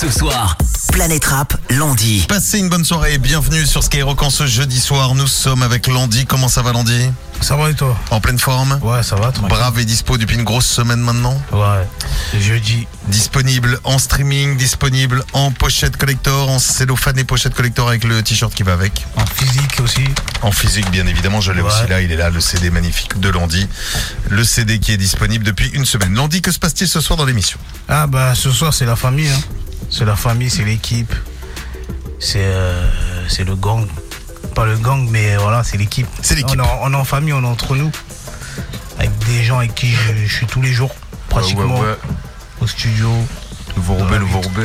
Ce soir, Planète Rap, Landy. Passez une bonne soirée et bienvenue sur Skyrock en ce jeudi soir. Nous sommes avec Landy. Comment ça va, Landy? Ça va et toi? En pleine forme? Ouais, ça va, tranquille. Brave et dispo depuis une grosse semaine maintenant? Ouais, c'est jeudi. Disponible en streaming, disponible en pochette collector, en cellophane et pochette collector avec le t-shirt qui va avec. En physique aussi. En physique, bien évidemment, je l'ai aussi là, il est là, le CD magnifique de Landy. Le CD qui est disponible depuis une semaine. Landy, que se passe-t-il ce soir dans l'émission? Ah bah ce soir c'est la famille, hein. C'est la famille, c'est l'équipe. C'est le gang. Pas le gang, mais voilà, c'est l'équipe. C'est l'équipe. On est en famille, on est entre nous. Avec des gens avec qui je suis tous les jours, pratiquement. Ouais. Au studio. Nouveau Roubaix.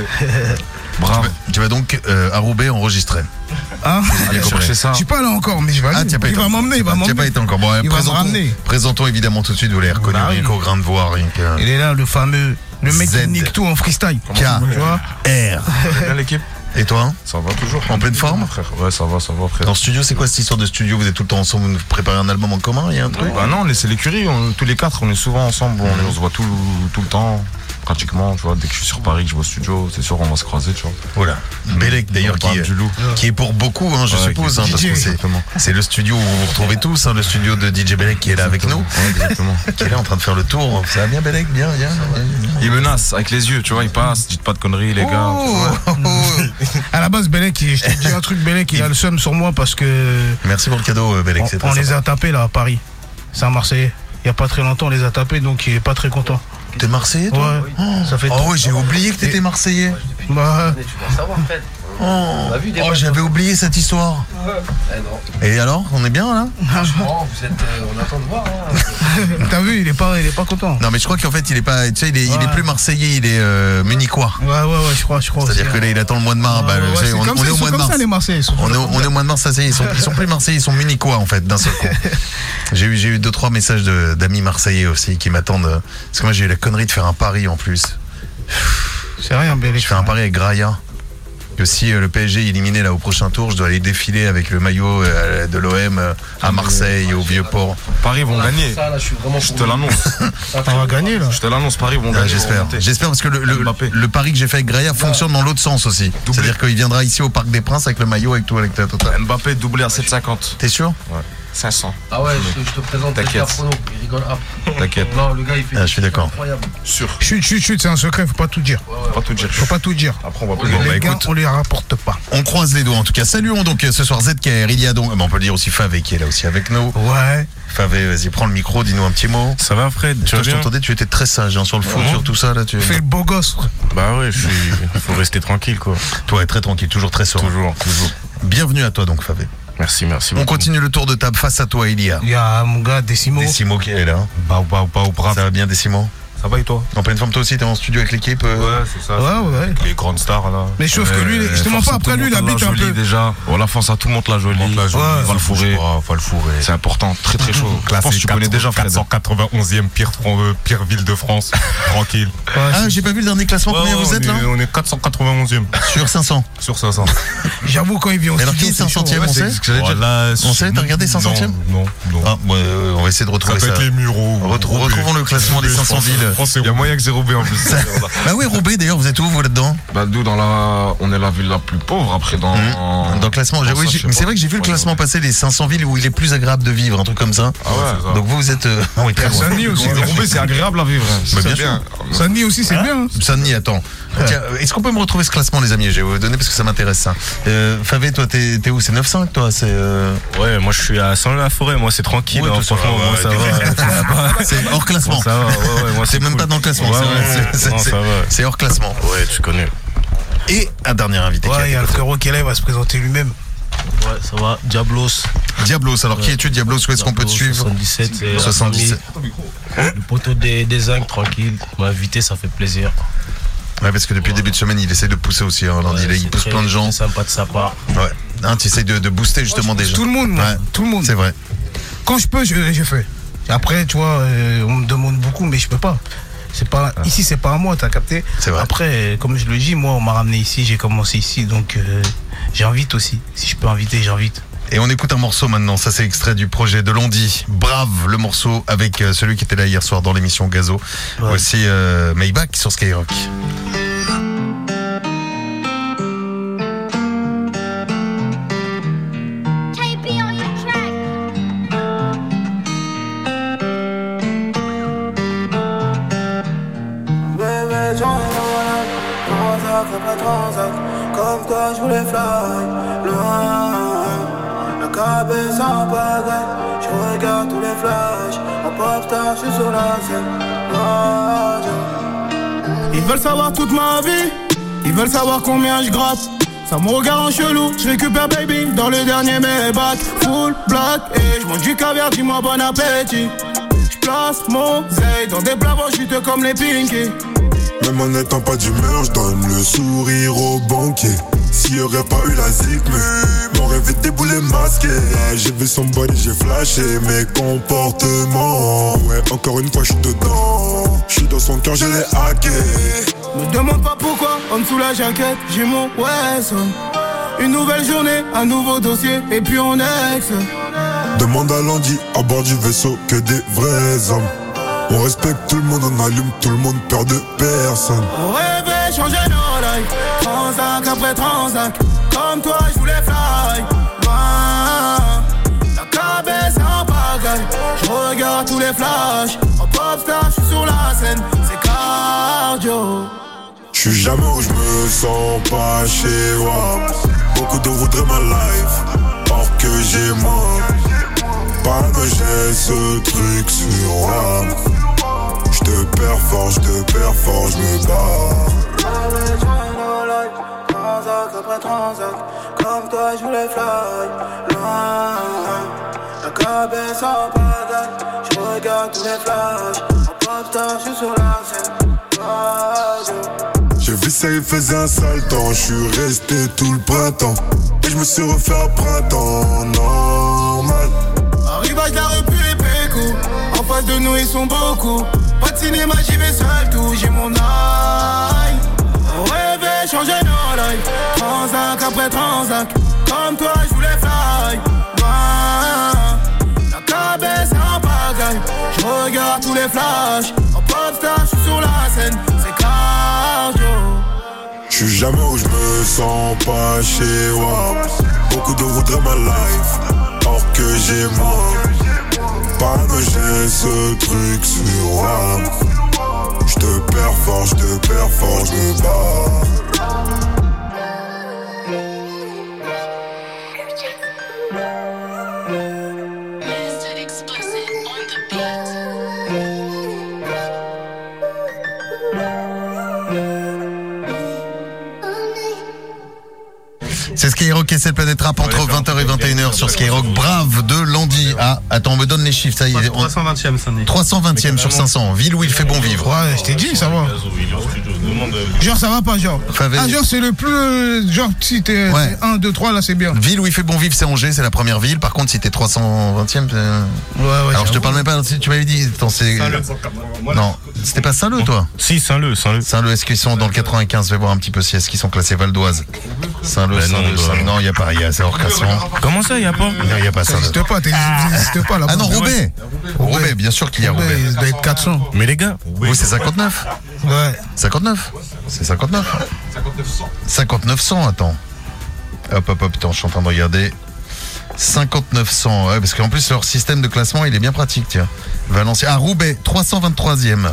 Bravo. Tu vas donc à Roubaix enregistrer. Hein? Allez, chercher ça. Je suis pas là encore, mais je vais aller. Ah, il va m'emmener, il va Tu m'emmener. n'as pas été encore. Bon, Il va me ramener. présentons évidemment tout de suite, vous l'avez reconnu, Bah oui. rien qu'au grain de voix, rien que... Il est là, le fameux, le mec Z. qui nique tout en freestyle. K. Tu vois? R. Bien l'équipe. Et toi? Ça va toujours. En pleine forme? Frère. Ouais, ça va, frère. Dans le studio, c'est quoi cette histoire de studio? Vous êtes tout le temps ensemble, vous préparez un album en commun, il y a un truc? Bah non, c'est l'écurie, tous les quatre, on est souvent ensemble, on se voit tout le temps, pratiquement, tu vois, dès que je suis sur Paris, que je vais au studio, c'est sûr on va se croiser, tu vois. Voilà. Bellec d'ailleurs On parle du loup. qui est pour beaucoup, hein, je Ouais, suppose, hein, qui est parce que exactement. c'est le studio où vous vous retrouvez tous, hein, le studio de DJ Bellec qui est là avec nous, Ouais, exactement. qui est là en train de faire le tour. Ça va bien Bellec? Bien. Il menace avec les yeux, tu vois, il passe, dites pas de conneries les gars. À la base, Bellec, je te dis un truc, Bellec, il a le seum sur moi parce que Merci pour le cadeau Bellec, c'est très on les sympa. a tapés là à Paris. C'est un Marseillais. Il y a pas très longtemps, on les a tapés, donc il est pas très content. T'es Marseillais toi? Ouais, ça fait. Oh ouais, j'ai oublié que t'étais Marseillais. Bah, Tu vas savoir, Fred. Oh, a vu des oh, matchs. j'avais oublié cette histoire. Eh non, Et alors, on est bien là? franchement, vous êtes. On attend de voir. Hein. t'as vu, il est pas content. Non mais je crois qu'en fait il est pas, tu sais, il est plus marseillais, il est munichois. Ouais, je crois. C'est-à-dire aussi, que là il attend le mois de mars. hein. Bah, Ouais, tu sais, c'est on comme est ça, au ils mois sont de comme mars. ça, les Marseillais. On est au mois de mars, ça y est, ils sont plus marseillais, ils sont munichois en fait d'un seul coup. J'ai eu 2-3 messages d'amis marseillais aussi qui m'attendent. Parce que moi j'ai eu la connerie de faire un pari en plus. C'est rien, Bellec. Je fais un pari avec Graia. Que si le PSG est éliminé là au prochain tour, je dois aller défiler avec le maillot de l'OM à Marseille, au Vieux-Port. Paris vont gagner. Ça, là, je suis vraiment. Je te l'annonce. On va gagner là. Je te l'annonce, Paris vont Ah, gagner. j'espère parce que Mbappé. le pari que j'ai fait avec Graia fonctionne dans l'autre sens aussi. C'est-à-dire qu'il viendra ici au Parc des Princes avec le maillot, avec tout, avec la totale. Mbappé doublé à 7,50. T'es sûr? Ouais. 500. Ah ouais, je te présente T'inquiète. Pierre Prono. Il rigole. T'inquiète. Non, le gars, il fait. Ah, je suis d'accord. Incroyable. Sûr. Chut, c'est un secret, faut pas tout dire. Pas tout dire. Faut pas tout dire. Après on va plus Bon, Les bah, gars, écoute. on les rapporte pas. On croise les doigts en tout cas. Saluons donc ce soir ZKR. Il y a donc, on peut le dire aussi Favé qui est là aussi avec nous. Ouais. Favé, vas-y, prends le micro, dis-nous un petit mot. Ça va Fred, tu Toi, vas je bien? t'entendais, tu étais très sage hein, sur le foot, sur tout ça là. Fais le beau gosse. Bah ouais, faut rester tranquille quoi. Toi, très tranquille, toujours très serein. Toujours. Bienvenue à toi donc Favé. Merci On beaucoup. continue le tour de table. Face à toi, il y a Il y a mon gars Décimo. Décimo qui est là. Bah bravo. Ça va bien Décimo? Ça va et toi? En pleine forme toi aussi, t'es en studio avec l'équipe c'est ça. Ouais. Les grandes stars là. Mais sauf que lui, je te mens pas, après lui, il habite un peu. Déjà. Voilà, fonce à tout le monde la jolie. Ouais. Va le fourrer. C'est important, très chaud. Je pense que tu connais déjà Fred. 491e pire ville de France. Tranquille. Ah, j'ai pas vu le dernier classement, combien vous êtes là? On est 491e sur 500. sur 500. J'avoue, quand il vient au Et alors studio, qui est c'est 500e, chaud. on sait? ce que j'allais dire. Voilà, On sait, t'as regardé 500e? Non. Ah, on va essayer de Ça retrouver peut ça. être les Mureaux. Retrouvons le classement des 500 villes. Il y a moyen que j'ai roubé en plus. Bah oui, Roubaix d'ailleurs, vous êtes où vous là-dedans? Bah d'où on est la ville la plus pauvre après dans le classement. dans Oui, ça, je sais mais c'est pas. vrai que j'ai vu le Ouais, classement passer les 500 villes où il est plus agréable de vivre, un truc comme ça. Ah ouais. Donc vous êtes oui, très loin. Saint-Denis aussi. Roubaix c'est agréable à vivre. Bah, C'est bien Saint-Denis aussi, c'est bien. hein. Saint-Denis, attends. Tiens, est-ce qu'on peut me retrouver ce classement, les amis? Je vais vous donner parce que ça m'intéresse ça. Favé, toi, t'es où? C'est 9,5 toi? C'est Ouais, moi je suis à Saint-Leu-la-Forêt, moi c'est tranquille. Ouais, hein, toi, ça franchement, va, moi ça va. c'est hors classement. Ça va, ouais, moi C'est même cool. pas dans le classement. Ouais, c'est non, ça va. c'est hors classement. Ouais, tu connais. Et un dernier invité. Ouais, il y a le qui frérot qui est là, il va se présenter lui-même. Ouais, ça va. Diablos. Diablos. Alors qui es-tu, Diablos? Où est-ce qu'on peut te suivre? 77. c'est 77. la famille. Le poteau des zincs, tranquille. Il m'a invité, ça fait plaisir. Ouais, parce que depuis le début de semaine, il essaie de pousser aussi. Hein, Landy. Ouais, Il c'est pousse très- plein de gens. C'est sympa de sa part. Ouais. Hein, tu essayes de booster justement des gens. Tout le monde, moi. Ouais. Tout le monde. C'est vrai. Quand je peux, je fais. Après, tu vois, on me demande beaucoup, mais je peux pas. C'est pas ici, c'est pas à moi, t'as capté. C'est vrai. Après, comme je le dis, moi, on m'a ramené ici, j'ai commencé ici, donc j'invite aussi. Si je peux inviter, j'invite. Et on écoute un morceau maintenant, ça c'est extrait du projet de Landy. Brave, le morceau avec celui qui était là hier soir dans l'émission Gazo. Ouais. Voici Maybach sur Skyrock. Transac après transac, comme toi je voulais fly loin. La cabesse en pagaille, je regarde tous les flashs. En pop-star, je suis sur la scène. Ils veulent savoir toute ma vie, ils veulent savoir combien je gratte. Ça me regarde en chelou, je récupère baby dans le dernier Maybach. Full black et je mange du caviar, dis-moi bon appétit. Je place mon zèle dans des plats chuteux comme les Pinky. Même en n'étant pas d'humeur, je donne le sourire au banquier. S'il y aurait pas eu la zik, mais mon rêve était boulé masqué. Là j'ai vu son body, j'ai flashé mes comportements. Ouais, encore une fois je suis dedans, je suis dans son cœur, je l'ai hacké. Me demande pas pourquoi, en dessous la jaquette, j'ai mon Wesson. Une nouvelle journée, un nouveau dossier, et puis on ex. Demande à Landy, à bord du vaisseau, que des vrais hommes. On respecte tout le monde, on allume tout le monde, peur de personne. On rêvait changer nos lives, transac après transac. Comme toi je voulais fly loin. La cabesse en pagaille, je regarde tous les flashs. En popstar, je suis sur la scène, c'est cardio. Je suis jamais où je me sens pas chez moi. Beaucoup de voudraient ma life, or que j'ai moi. Pas que j'ai ce truc sur moi. J'te perds fort, je me bats. Transac après transac, comme toi je voulais fly loin. La cabesse en pagaille, je regarde tous les flashs. En popstar, je suis sur la scène. J'ai vu ça, il faisait un sale temps. Je suis resté tout le printemps et je me suis refait à printemps normal. Arrivage la rue puis les pécos. En face de nous ils sont beaucoup. Pas de cinéma, j'y vais seul tout, j'ai mon eye. On rêvait changer nos lives, transac après transac. Comme toi je voulais fly loin. La cabesse en pagaille, je regarde tous les flashs. En popstar, je suis sur la scène, c'est cardio. Je suis jamais où je me sens pas chez moi. Beaucoup de voudraient ma life, or que j'ai moi. Pas que j'ai ce truc sur moi. J'te perds fort, je me bats. C'est Skyrock et c'est Planète Rap entre 20h et 21h sur Skyrock. Brave de Landy. Ah, attends, on me donne les chiffres, ça y est. 320e, ça n'est. 320e sur 500. Ville où il fait bon vivre. Ouais, je t'ai dit, ça va. Genre, ça va pas, genre. Ah, genre, c'est le plus. Genre, si t'es 1, 2, 3, là, c'est bien. Ville où il fait bon vivre, c'est Angers, c'est la première ville. Par contre, si t'es 320e, ouais. Alors, je te parle même pas, si tu m'avais dit. Attends, c'est. Non, c'était pas Saint-Leu, toi? Si, Saint-Leu. Saint-Leu, est-ce qu'ils sont dans le 95? Je vais voir un petit peu si est-ce qu'ils sont classés Val d'Oise. Saint-Leu, non, il n'y a pas, c'est hors classement. Comment ça, il n'y a pas? Non, il n'y a pas ça. Ça n'existe pas là. Ah non, Roubaix. Roubaix, bien sûr qu'il y a Roubaix. Il doit être 400. Mais les gars, oui, c'est 59. Ouais. 59. C'est 59. 5900, attends. Hop, attends, je suis en train de regarder. 5900, ouais, parce qu'en plus, leur système de classement, il est bien pratique, tiens. Valenciennes. Ah, Roubaix, 323e.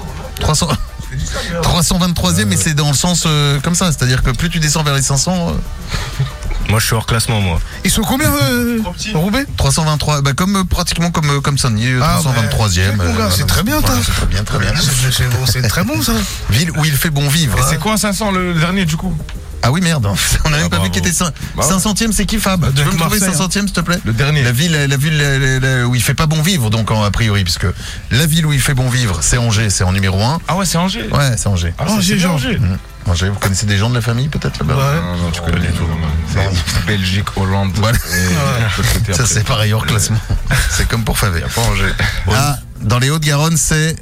323e, mais c'est dans le sens comme ça, c'est-à-dire que plus tu descends vers les 500. Moi, je suis hors classement, moi. Ils sont combien, Roubaix? 323, bah pratiquement comme Sonny, 323e. C'est très bien, toi. C'est très bien. C'est très bon, ça. Ville où il fait bon vivre. Et c'est quoi 500 le dernier, du coup? Ah oui, merde, on n'a même pas vu qu'il était 500e, c'est qui, Fab? Tu peux me trouver 500e, s'il te plaît? Le dernier. La ville où il fait pas bon vivre, donc a priori, puisque la ville où il fait bon vivre, c'est Angers, c'est en numéro 1. Ah ouais, c'est Angers? Ouais, c'est Angers. Ah, c'est Angers. Angers, vous connaissez des gens de la famille, peut-être, là-bas? Ouais. Non, tu connais du tout. C'est Belgique, Hollande. Voilà. Ça, c'est pareil, hors classement. C'est comme pour Favé. Il n'y a pas Angers. Ah, dans les Hauts-de-Garonne, c'est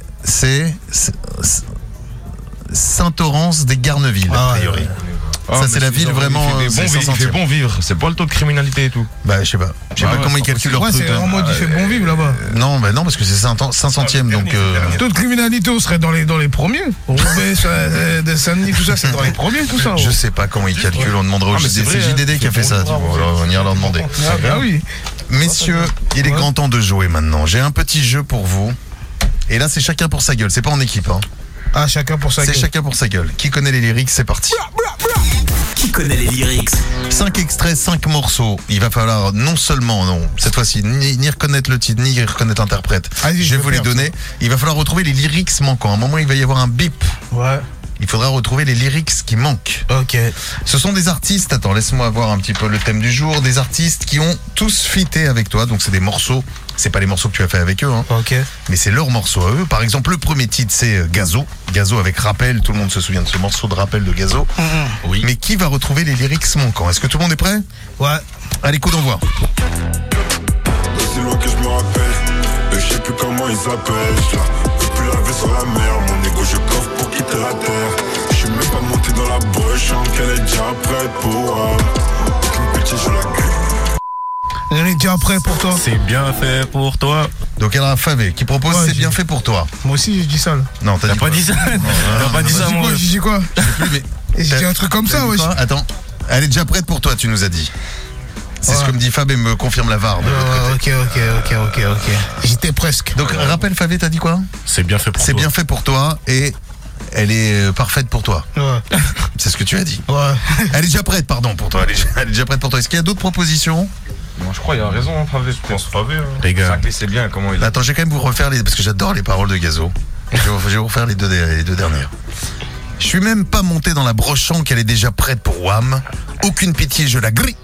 Saint-Orens des Garnevilles, a priori. Ça, c'est la ville vraiment. Il fait bon vivre. C'est pas le taux de criminalité et tout. Bah, je sais pas. Je sais pas comment ils calculent leur Ouais, truc. c'est en mode il fait bon vivre là-bas. Non, parce que c'est 500e, donc. Taux de criminalité, on serait dans les premiers. Roubaix, Saint-Denis, tout ça, c'est dans les premiers, tout ça. Je sais pas comment ils calculent. On demandera au JDD. C'est JDD qui a fait ça. On ira leur demander. Ah oui. Messieurs, il est grand temps de jouer maintenant. J'ai un petit jeu pour vous. Et là, c'est chacun pour sa gueule. C'est pas en équipe, hein. Ah, chacun pour sa gueule. C'est chacun pour sa gueule. Qui connaît les lyrics? C'est parti. connaît les lyrics. 5 extraits, 5 morceaux. Il va falloir non seulement, cette fois-ci, ni reconnaître le titre, ni reconnaître l'interprète. Vas-y, Je vais vous les donner. Il va falloir retrouver les lyrics manquants. À un moment, il va y avoir un bip. Ouais. Il faudra retrouver les lyrics qui manquent. Ok. Ce sont des artistes, attends, laisse-moi voir un petit peu le thème du jour, des artistes qui ont tous fité avec toi, donc c'est des morceaux, c'est pas les morceaux que tu as fait avec eux, hein, Ok. mais c'est leurs morceaux à eux. Par exemple, le premier titre c'est Gazo, Gazo avec Rappel, tout le monde se souvient de ce morceau de Rappel de Gazo. Oui. Mais qui va retrouver les lyrics manquants? Est-ce que tout le monde est prêt? Ouais. Allez, coup d'envoi. C'est loin que je me rappelle, et je sais plus comment ils s'appellent. Je veux plus laver sur la mer, mon ego je coffre pour quitter la terre. Je suis même pas monté dans la broche, qu'elle est déjà prête pour une petite je la cul. On est déjà prêt pour toi. C'est bien fait pour toi. Donc il y a un Favé qui propose Ouais, c'est j'ai- bien fait pour toi. Moi aussi, j'ai dit ça là. Non, t'as T'as dit pas quoi? dit ça? T'as pas dit ça, J'ai dit mon quoi? ref. J'ai dit quoi? Je sais plus, mais Et j'ai dit un truc comme t'as ça, dit wesh. quoi? Attends, elle est déjà prête pour toi, tu nous as dit. C'est ce Ouais. que me dit Fab et me confirme la VAR de l'autre côté. Ok. J'étais presque. Donc rappelle Favé, t'as dit quoi? C'est bien fait pour C'est toi. bien fait pour toi et elle est parfaite pour toi. Ouais. C'est ce que tu as dit. Ouais. Elle est déjà prête, pardon, pour toi. Elle est déjà prête pour toi. Est-ce qu'il y a d'autres propositions? Moi, je crois qu'il a raison, hein, Favé. Je pense Favé. Les gars. Saclé, c'est bien comment il. Attends, je vais quand même vous refaire parce que j'adore les paroles de Gazo. Je vais vous refaire les deux dernières. Je suis même pas monté dans la brochant qu'elle est déjà prête pour Wham. Aucune pitié, je la grille.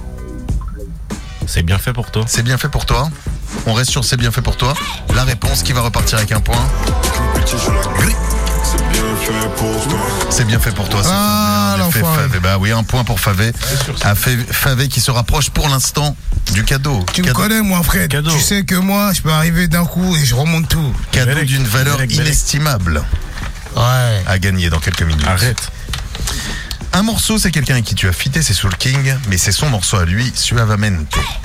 C'est bien fait pour toi. C'est bien fait pour toi. On reste sur c'est bien fait pour toi. La réponse qui va repartir avec un point. Une petite je la Grille. c'est bien fait pour toi. C'est bien fait pour toi. c'est Ah, Favé, en effet, l'enfoiré. Favé. Bah oui, un point pour Favé. Favé qui se rapproche pour l'instant du cadeau. Tu me Cadeau- connais, moi, Fred. Cadeau. Tu sais que moi, je peux arriver d'un coup et je remonte tout. Cadeau Bellec, d'une valeur Bellec, Bellec. inestimable Ouais. à gagner dans quelques minutes. Arrête. Un morceau, c'est quelqu'un avec qui tu as fité, c'est Soul King, mais c'est son morceau à lui, Suavamente.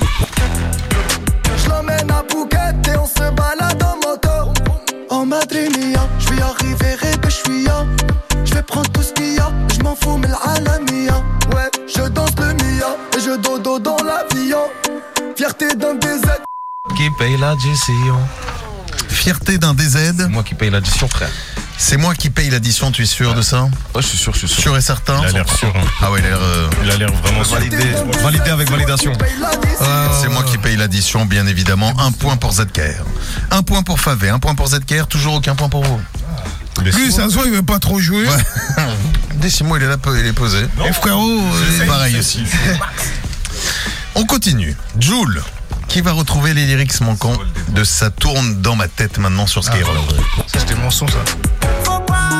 Je l'emmène à Phuket et on se balade en moto. En Madrinia, je vais arriver et je suis ya. Je vais prendre tout ce qu'il y a, je m'en fous mais l'Alamia. Ouais, je danse le Mia et je dodo dans l'avion. Fierté d'un DZ. Qui paye l'addition? Fierté d'un DZ, Moi qui paye l'addition, frère. c'est moi qui paye l'addition, tu es sûr de ça? Ouais, je suis sûr. Sûr et certain? Il a l'air sûr. Hein. Ah ouais, il a l'air... Il a l'air vraiment sûr. Validé avec validation. C'est moi qui paye l'addition, bien évidemment. Un point pour ZKR. Un point pour Favé, un point pour ZKR, toujours aucun point pour vous. Lui, ça se voit, il veut pas trop jouer. Ouais. Décimo, il est là, il est posé. Et frérot, C'est pareil aussi. On continue. Jul, qui va retrouver les lyrics manquants de Ça tourne dans ma tête maintenant sur Skyrock. ça c'était mon son, ça. Faut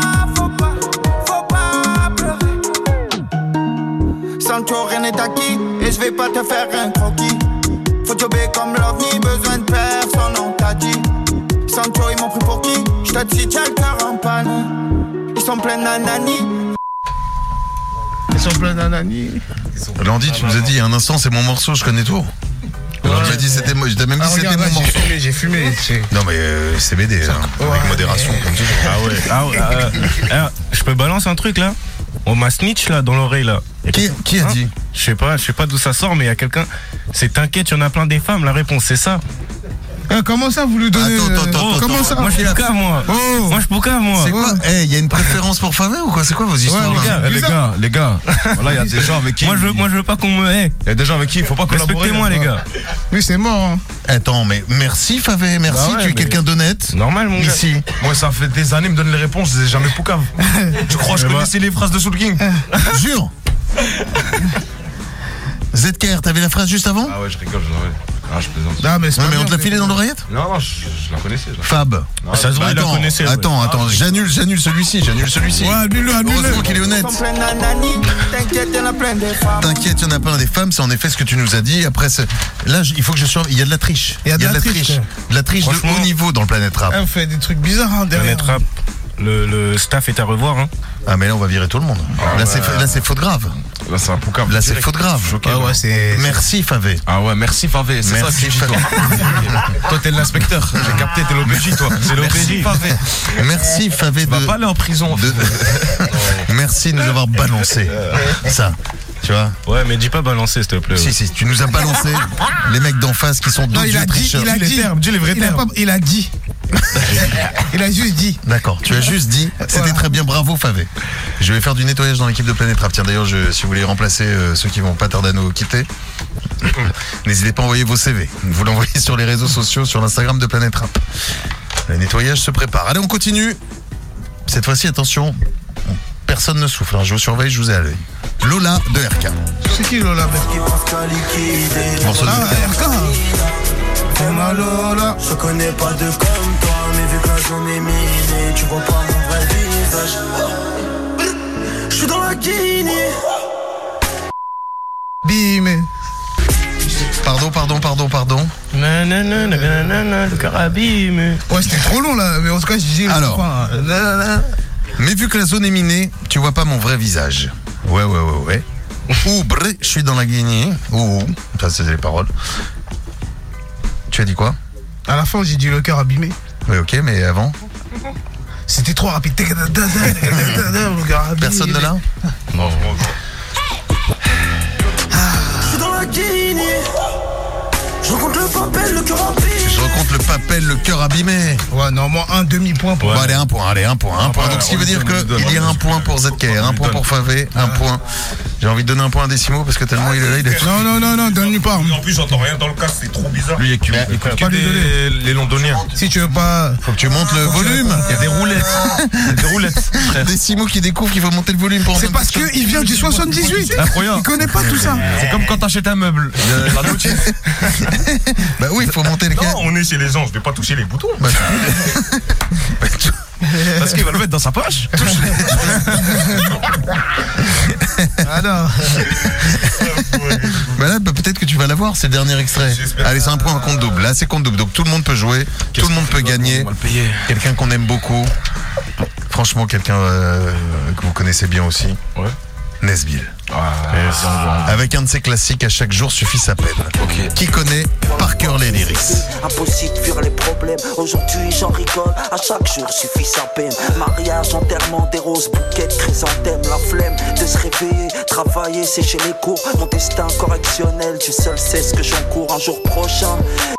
pas pleurer. Sancho, rien n'est acquis et je vais pas te faire un croquis. Faut jobber comme l'OVNI, besoin de personne, on t'a dit. Sancho, ils m'ont pris pour qui? Je te dis, tiens le cœur en panne. Ils sont pleins d'anani. Ils sont pleins d'anani. Landy, tu nous as dit il y a un instant, c'est mon morceau, je connais tout. Alors, tu m'as dit c'était moi, je t'ai même dit Ah, c'était regarde, mon là, morceau. j'ai fumé. Non mais c'est BD, hein, avec modération comme toujours. Ah ouais. Je peux balancer un truc là? On m'a snitch là dans l'oreille là. Y a Qui a Hein dit? Je sais pas d'où ça sort, mais il y a quelqu'un. C'est t'inquiète, il y en a plein des femmes. La réponse c'est ça. Comment ça, vous lui donnez Attends, comment ça? Moi je suis poucave moi. Oh. Moi je suis poucave moi. C'est quoi? Il y a une préférence pour Favé ou quoi? C'est quoi vos histoires Ouais, là? Les gars, voilà, il y a des gens avec qui. Moi je veux pas qu'on me hait. Il y a des gens avec qui il faut pas collaborer. Respectez-moi les gars. Lui, c'est mort. Hein. Attends, mais merci Favé, merci, Bah ouais, tu es mais- quelqu'un d'honnête. Normal mon gars. Ici. Moi, ça fait des années, il me donne les réponses, je les ai jamais poucave. Tu crois que je connaissais les phrases de Soul King? Jure. ZKR, t'avais la phrase juste avant? Ah ouais, je rigole, je plaisante. Non, mais c'est Ouais, pas mais on bien, te l'a filé dans l'oreillette? Non, je la connaissais. Fab. Ça se voit, il la Attends, connaissait. ouais. attends, j'annule celui-ci. Ouais, annule-le. Heureusement qu'il est honnête. Ils sont pleins d'anani. T'inquiète, y'en a plein des femmes. T'inquiète, il y en a plein des femmes, c'est en effet ce que tu nous as dit. Après, là, il faut que je sois. Il y a de la triche. Il y a de la triche. De la triche de Franchement. haut niveau dans le Planète Rap. On fait des trucs bizarres hein, derrière. Planète Rap. Le staff est à revoir. Hein. Ah, mais là, on va virer tout le monde. Là, c'est faute grave. Là, c'est un poucave. Là, c'est faute grave. Ouais, c'est. Merci, Favé. Ah ouais, merci Favé, c'est ça que Merci, tu dis toi. Toi, t'es l'inspecteur, j'ai capté, t'es l'OPJ toi. C'est Merci, l'OPJ. Favé. Merci, Favé. Tu vas pas aller en prison. Merci de nous avoir balancé. Ça. Tu vois? Ouais, mais dis pas balancer s'il te plaît. Si, si, tu nous as balancé les mecs d'en face qui sont Non, d'autres il a dit. tricheurs. Il a Dis les dit. termes, dis les vrais Il a termes. pas- il a dit. Il a juste dit. D'accord, tu as juste dit. C'était très bien, bravo Favé. Je vais faire du nettoyage dans l'équipe de Planète Rap. Tiens, d'ailleurs, si vous voulez remplacer ceux qui vont pas tarder à nous quitter, n'hésitez pas à envoyer vos CV. Vous l'envoyez sur les réseaux sociaux, sur l'Instagram de Planète Rap. Le nettoyage se prépare. Allez, on continue. Cette fois-ci, attention, personne ne souffle. Alors, je vous surveille, je vous ai à l'œil. Lola de RK. C'est qui Lola? Morceau de RK. Fais-moi Lola, je connais pas de comme toi, mais vu que la zone est minée, tu vois pas mon vrai visage. Je suis dans la Guinée. Bim. Pardon. Nanana, le cœur abîmé. Ouais, c'était trop long là, mais en tout cas, je disais. Alors. Mais vu que la zone est minée, tu vois pas mon vrai visage. Ouais. Oubre, je suis dans la Guinée. Ça c'est les paroles. Tu as dit quoi? À la fin, j'ai dit le cœur abîmé. Oui, ok, mais avant? C'était trop rapide. Personne ne l'a? Non. Je suis dans la Guinée. Je rencontre le papel, le cœur abîmé. Je rencontre le papel, le cœur abîmé. Ouais, normalement, un demi-point pour. Bon, allez, un point. Donc, ce qui veut dire qu'il y a un point pour ZKR, un point pour Favé, un point. J'ai envie de donner un point à Décimo parce que tellement il est là, il est. Non, donne-lui pas. En plus, j'entends rien dans le casque, c'est trop bizarre. Lui, il écoute pas lui donner. les londoniens. Si tu veux pas. Faut que tu montes le volume. Il y a des roulettes. Décimo qui découvre qu'il faut monter le volume pour. C'est parce qu'il vient du 78. Incroyable. Il connaît pas tout ça. C'est comme quand t'achètes un meuble. La notice. Bah oui, il faut monter le Non, on est chez les gens, je vais pas toucher les boutons. Parce qu'il va le mettre dans sa poche. Ah non. Bah là, peut-être que tu vas l'avoir, c'est le dernier extrait. Allez, c'est un point en compte double. Là, c'est compte double. Donc tout le monde peut jouer, tout le monde peut gagner. Quelqu'un qu'on aime beaucoup. Franchement, quelqu'un que vous connaissez bien aussi. Ouais. Nesbill. Avec un de ses classiques, à chaque jour suffit sa peine. Qui connaît par cœur les lyrics? Impossible de fuir les problèmes. Aujourd'hui j'en rigole, à chaque jour suffit sa peine. Mariage, enterrement, des roses, bouquets de chrysanthèmes. La flemme de se réveiller, travailler, sécher les cours. Mon destin correctionnel, Dieu seul sait ce que j'encours un jour prochain.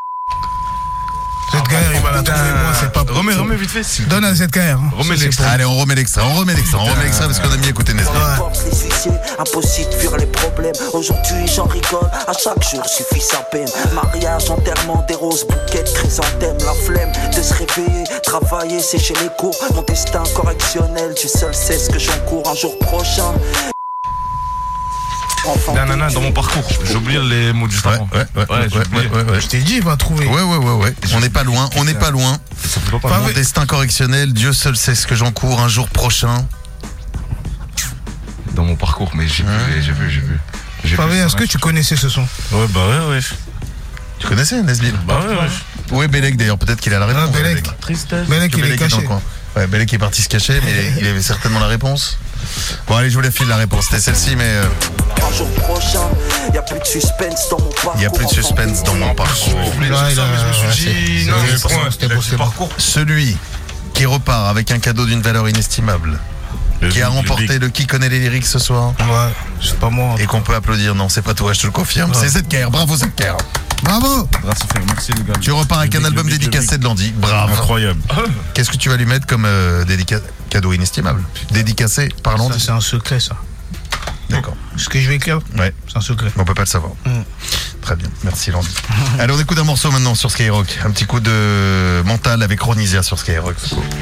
ZKR, il va la trouver, moi, c'est pas. Remets vite fait. Donne à ZKR. Remets l'extrait. Allez, on remet l'extrait parce qu'on a mis écouter Nesbill. Les suicides, impossible de fuir les problèmes. Aujourd'hui j'en rigole, à chaque jour suffit sa peine. Mariage, enterrement, des roses, bouquets de chrysanthèmes. La flemme de se réveiller, travailler, sécher les cours. Mon destin correctionnel, Dieu seul sait ce que j'encours un jour prochain. Nanana, dans mon parcours, j'ai oublié les mots du temps. Ouais. Je t'ai dit, il va trouver. Ouais. On n'est pas loin. Mon destin correctionnel, Dieu seul sait ce que j'encours un jour prochain. Dans mon parcours, mais j'ai vu. Favé, est-ce que tu connaissais ce son? Ouais, bah ouais. Tu connaissais Nesbill? Bah ouais. Où est Bellec d'ailleurs? Peut-être qu'il a la réponse. Tristesse. Bellec, il est dans le caché. coin. Ouais, Bellec est parti se cacher, mais il avait certainement la réponse. Bon, allez, je vous la file la réponse. C'était celle-ci, mais. Un jour prochain, y a plus de suspense dans mon parcours. Il n'y a plus de suspense dans mon parcours. Je me suis dit, non, c'était beau. Celui qui repart avec un cadeau d'une valeur inestimable, qui a remporté le Qui connaît les lyrics ce soir, Ouais, c'est pas moi. et qu'on peut applaudir. Non, c'est pas toi, je te le confirme. C'est ZKR. Bravo ZKR. Bravo. Merci les gars. Tu repars avec un album dédicacé de Landy. Bravo. Incroyable. Qu'est-ce que tu vas lui mettre comme cadeau inestimable? Dédicacé par Ça, Landy. c'est un secret, ça. D'accord. Ce que je vais écrire, Ouais. c'est un secret. On peut pas le savoir. Très bien, merci Landy. Allez, on écoute un morceau maintenant sur Skyrock. Un petit coup de mental avec Ronisia sur Skyrock.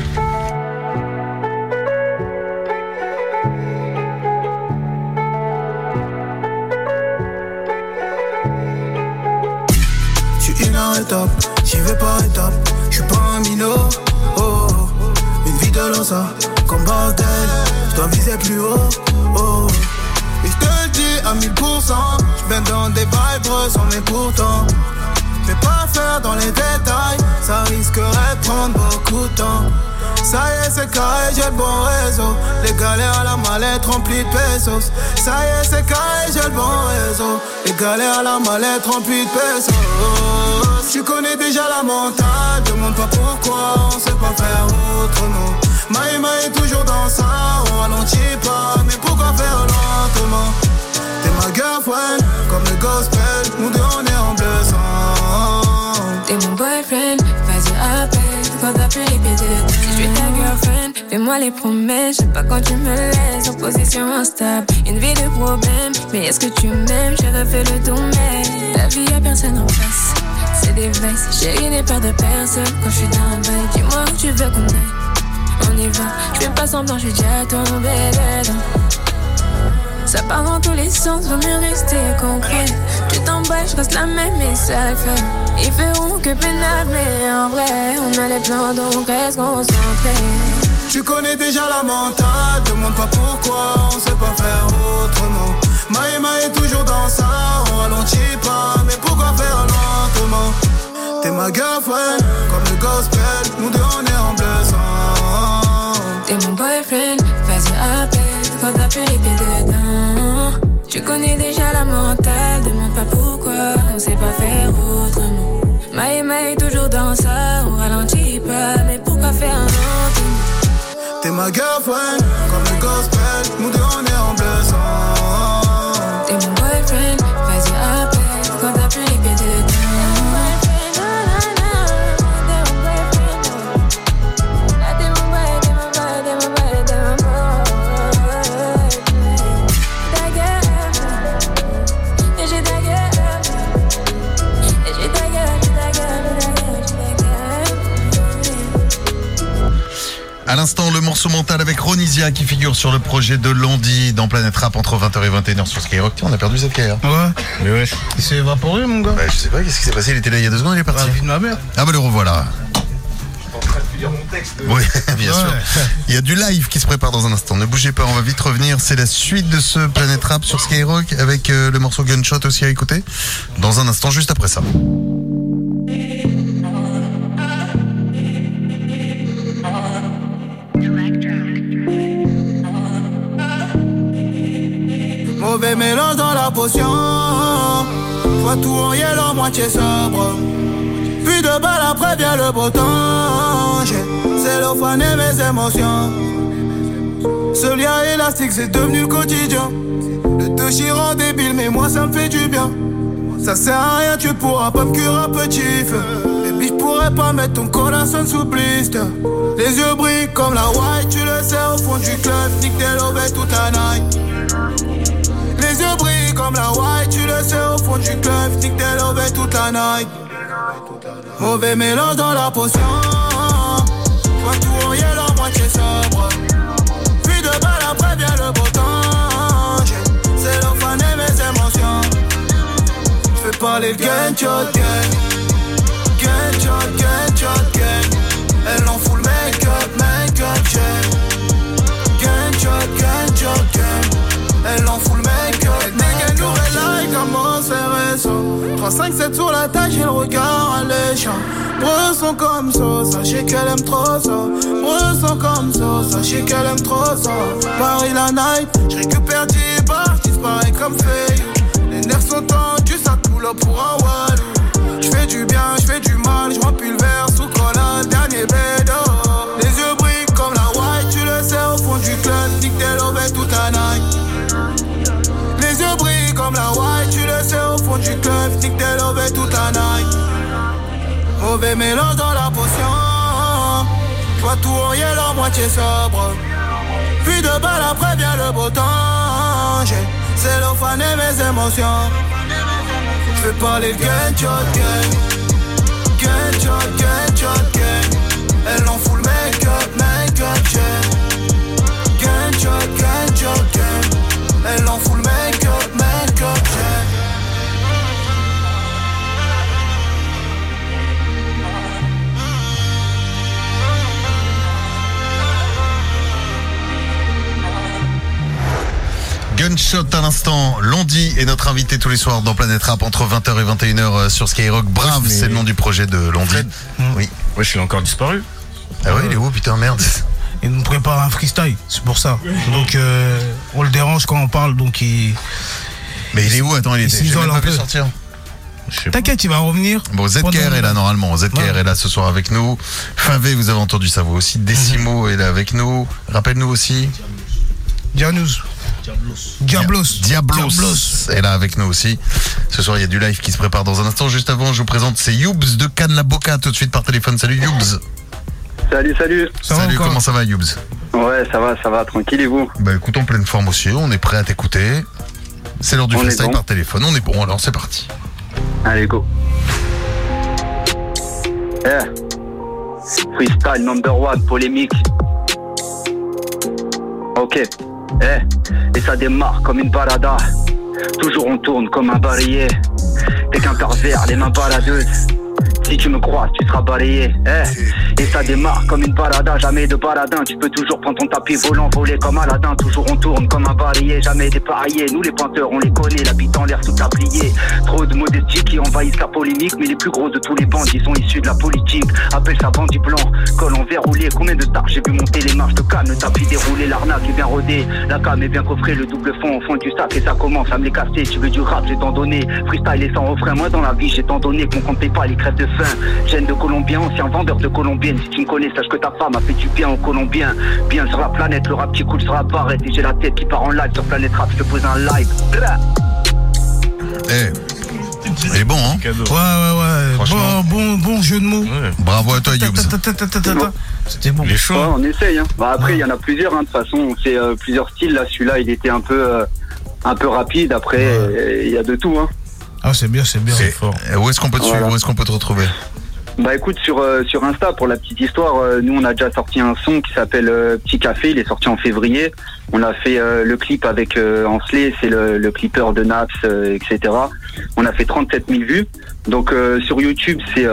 Inarrêtable, j'y vais par étapes, j'suis pas un minot, une vie de l'ensa, comme bordel, j'dois viser plus haut, et j'te le dis à 1000%, j'baigne dans des vibes sans mais pourtant, j'vais pas faire dans les détails, ça risquerait de prendre beaucoup de temps. Ça y est, c'est carré, j'ai le bon réseau. Les galères à la mallette remplie de pesos. Ça y est, c'est carré, j'ai le bon réseau. Les galères à la mallette remplie de pesos. Tu connais déjà la mentale, demande pas pourquoi, on sait pas faire autrement. Maïma est toujours dans ça, on ralentit pas, mais pourquoi faire lentement? T'es ma girlfriend, comme le gospel, nous deux on est en bleu sang. T'es mon boyfriend, vas-y appelle, quand t'as Fais-moi les promesses, je sais pas quand tu me laisses en position instable. Une vie de problème, mais est-ce que tu m'aimes? J'ai refait le tour, mais ta vie y'a personne en face. C'est des vices, chérie n'ai peur de personne. Quand je suis dans un bail, dis-moi où tu veux qu'on aille. On y va, je fais pas semblant, je suis déjà tombé dedans. Ça part dans tous les sens, vaut mieux rester concret. Tu t'emballes, je reste la même et ça le fait. Ils feront que pénal, mais en vrai, on a les plans donc reste concentré. Tu connais déjà la mentale, demande pas pourquoi, on sait pas faire autrement. Maïma est toujours dans ça, on ralentit pas, mais pourquoi faire lentement? T'es ma girlfriend, comme le gospel, nous deux on est en bleu sang. T'es mon boyfriend, vas-y appelle, quand t'as plus les pieds dedans. Tu connais déjà la mentale, demande pas pourquoi, on sait pas faire autrement. Maïma est toujours dans ça, on ralentit pas, mais pourquoi faire lentement? T'es ma girlfriend, comme le gospel, nous deux on est en bleu sang. T'es mon boyfriend, vas-y appelle, quand t'as plus les pieds dedans. À l'instant, le morceau mental avec Ronisia qui figure sur le projet de Londi dans Planète Rap entre 20h et 21h sur Skyrock. Tiens, on a perdu ZKR. Ouais. Mais ouais. Il s'est évaporé, mon gars. Bah, je sais pas, qu'est-ce qui s'est passé? Il était là il y a 2 secondes, il est parti. La vie de ma mère. Ah bah le revoilà. Je suis en train de lire mon texte. Oui, bien sûr. Il y a du live qui se prépare dans un instant. Ne bougez pas, on va vite revenir. C'est la suite de ce Planète Rap sur Skyrock avec le morceau Gunshot aussi à écouter. Dans un instant, juste après ça. Mauvais mélange dans la potion. Vois tout en yellow, moitié sobre. Puis de balle après vient le beau temps. J'ai cellophané mes émotions. Ce lien élastique c'est devenu le quotidien. Le déchirant débile mais moi ça me fait du bien. Ça sert à rien, tu pourras pas me cuire un petit feu. Baby je pourrais pas mettre ton collation sous blister. Les yeux brillent comme la white, tu le sais au fond du club. Nick des lobes toute la night. Les yeux brillent comme la white, tu le sais au fond du club. Nick des lobes toute la night. Mauvais mélange dans la potion. Vois tout en yellow, moitié sobre. Puis de balle après vient le beau temps. J'ai cellophané mes émotions. J'fais parler le gunshot gang. Gunshot, gunshot gang. Elle en fout le make-up chain. Gunshot, gunshot gang. Elle en fout le make-up, nigga, nouvelle life, comment c'est récent. 3-5-7 sur la tâche, j'ai le regard alléchant. Ressens comme ça, sachez qu'elle aime trop ça. Ressens comme ça, sachez qu'elle aime trop ça. Paris la night, j'récupère 10 bars, j'disparais comme Fayou. Les nerfs sont tendus, ça coule pour un walou. J'fais du bien, j'fais du mal, j'remplis le verre sous collade, dernier bédo. Les yeux brillent comme la white, tu le sais au fond du club, nique des lobes toute la night. Les yeux brillent comme la white, tu le sais au fond du club, nique des lobes toute la night. Mauvais mélange dans la potion. Vois tout en yellow, moitié sobre. Puis de balle après vient le beau temps. J'ai cellophané mes émotions. J'fais parler le gunshot gang. Gunshot, gunshot gang. Elle en fout le make-up chain. Gunshot, gunshot gang. Elle en fout le make-up chain. Gunshot à l'instant, Londi est notre invité tous les soirs dans Planète Rap entre 20h et 21h sur Skyrock. Brave, c'est le nom du projet de Londi. Oui. Ouais, je suis encore disparu. Ah ouais, il est où, putain, merde. Il nous prépare un freestyle, c'est pour ça. Donc on le dérange quand on parle, donc il... Mais il est où? Attends, il était... s'isole un peu. Sortir. T'inquiète, il va revenir. Bon, ZKR est là normalement. ZKR est là ce soir avec nous. Favé, vous avez entendu ça vous aussi. Décimo est là avec nous. Rappelle-nous aussi. Diablos est là avec nous aussi. Ce soir, il y a du live qui se prépare dans un instant. Juste avant, je vous présente, c'est Youbs de Cannes la Boca tout de suite par téléphone. Salut Youbs. Salut. Salut, comment ça va, Youbs? Ouais, ça va, tranquille et vous? Bah écoute, en pleine forme aussi, on est prêt à t'écouter. C'est l'heure du freestyle par téléphone, on est bon, alors c'est parti. Allez, go. Freestyle number one, polémique. Ok. Et ça démarre comme une balada. Toujours on tourne comme un balayé. T'es qu'un pervers, les mains baladeuses. Si tu me crois, tu seras balayé. Et ça démarre comme une balada, jamais de baladin. Tu peux toujours prendre ton tapis volant, voler comme Aladdin. Toujours on tourne comme un balayé, jamais dépareillé. Nous les pointeurs, on les connaît, l'habitant en l'air sous tablier. Trop de modestie qui envahissent la polémique. Mais les plus gros de tous les bandits sont issus de la politique. Appelle ça bandit blanc, col en verre roulé. Combien de stars j'ai vu monter les marches de canne. Le tapis déroulé, l'arnaque est bien rodée. La cam est bien coffrée, le double fond au fond du sac. Et ça commence à me les casser, tu veux du rap, j'ai t'en donné. Freestyle et sans refrain, moi dans la vie j'ai t'en donné. Qu'on comptait pas les crèves de faim. Gêne de Colombien, ancien vendeur de colombienne. Si tu me connais, sache que ta femme a fait du bien aux Colombiens. Bien sur la planète, le rap qui coule sur la barrette. Et j'ai la tête qui part en live sur Planète Rap, je te pose un live. Il est bon, hein? Ouais. Bon jeu de mots. Ouais. Bravo à toi, Youbs. C'était bon. Les choix. Ouais, on essaye, hein. Bah après, il y en a plusieurs, hein. De toute façon, on fait plusieurs styles. Là, celui-là, il était un peu rapide. Après, il y a de tout, hein. Ah, c'est bien. C'est fort. Où est-ce qu'on peut te suivre? Où est-ce qu'on peut te retrouver? Bah écoute, sur Insta, pour la petite histoire, nous on a déjà sorti un son qui s'appelle Petit Café, il est sorti en février. On a fait le clip avec Ansley, c'est le clipper de Naps, etc. On a fait 37 000 vues. Donc sur YouTube, c'est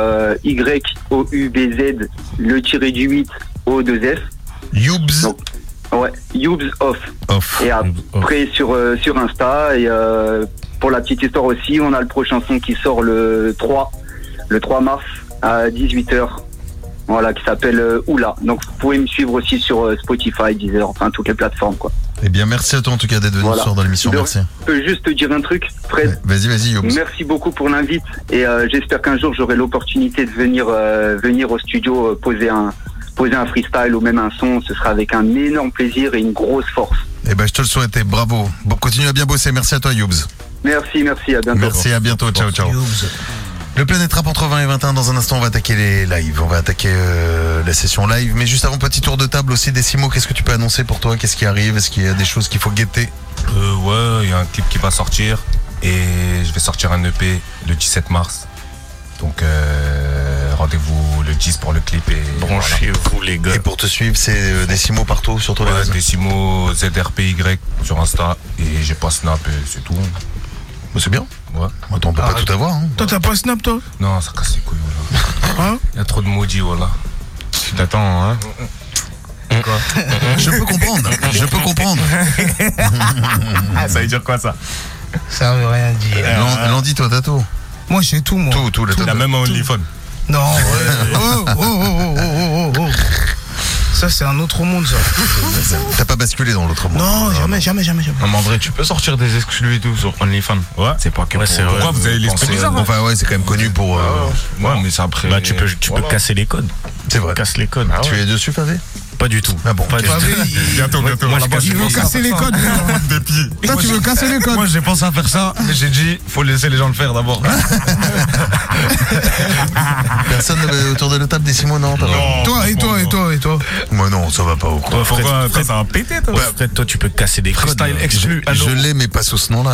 YOUBZ, le tiré du 8, O2F. Youbs. Donc, ouais, Youbs off. Et après sur Insta, et pour la petite histoire aussi, on a le prochain son qui sort le 3 mars à 18h, voilà, qui s'appelle Oula. Donc vous pouvez me suivre aussi sur Spotify, Deezer, enfin toutes les plateformes, quoi. Eh bien, merci à toi en tout cas d'être venu ce soir dans l'émission. Merci. Je peux juste te dire un truc, Fred. Vas-y, Youbs. Merci beaucoup pour l'invite et j'espère qu'un jour j'aurai l'opportunité de venir au studio poser un freestyle ou même un son. Ce sera avec un énorme plaisir et une grosse force. Eh ben, je te le souhaite et bravo. Bon, continue à bien bosser. Merci à toi, Youbs. Merci, à bientôt. Merci, à bientôt. Ciao. Le Planète Rap entre 20 et 21, dans un instant on va attaquer les lives, on va attaquer la session live, mais juste avant, petit tour de table aussi. Décimo, qu'est-ce que tu peux annoncer pour toi? Qu'est-ce qui arrive? Est-ce qu'il y a des choses qu'il faut guetter? Ouais, il y a un clip qui va sortir et je vais sortir un EP le 17 mars. Donc rendez-vous le 10 pour le clip et branchez-vous les gars. Et pour te suivre, c'est Décimo partout sur tous les réseaux? Décimo ZRPY sur Insta et j'ai pas Snap et c'est tout. Bah, c'est bien. Ouais. Attends, on peut pas tout avoir, hein. Toi, t'as pas Snap, toi? Non, ça casse les couilles, voilà. Il y a trop de maudits, voilà. Tu t'attends, hein? Quoi? Je peux comprendre. Ça veut dire quoi, ça? Ça veut rien dire. Landy, toi, t'as tout? Moi, j'ai tout, moi. Tout, Il a même un OnlyFans. Non, ouais. Oh. Ça, c'est un autre monde, ça. T'as pas basculé dans l'autre monde? Non, jamais. Non, mais en vrai, tu peux sortir des exclus et tout sur OnlyFans. Ouais. C'est pas que pour... c'est vrai. Pourquoi vous avez l'esprit bizarre? Enfin, ouais, c'est quand même connu pour... Ouais, mais c'est après... Bah, tu peux casser les codes. C'est vrai. Casse les codes. Tu es dessus, Favé? Pas du tout. Ah bon, Pas du tout. Bientôt. Moi, Il veut casser les codes. Des pieds. Toi, tu veux casser les codes. Moi, j'ai pensé à faire ça, mais j'ai dit, faut laisser les gens le faire d'abord. Personne autour de la table, Décimo, non? Toi. Moi, non, ça va pas au quoi. Pourquoi ça va péter, toi? Fred, toi, tu peux casser des codes. Freestyle exclu. Je l'ai, mais pas sous ce nom-là.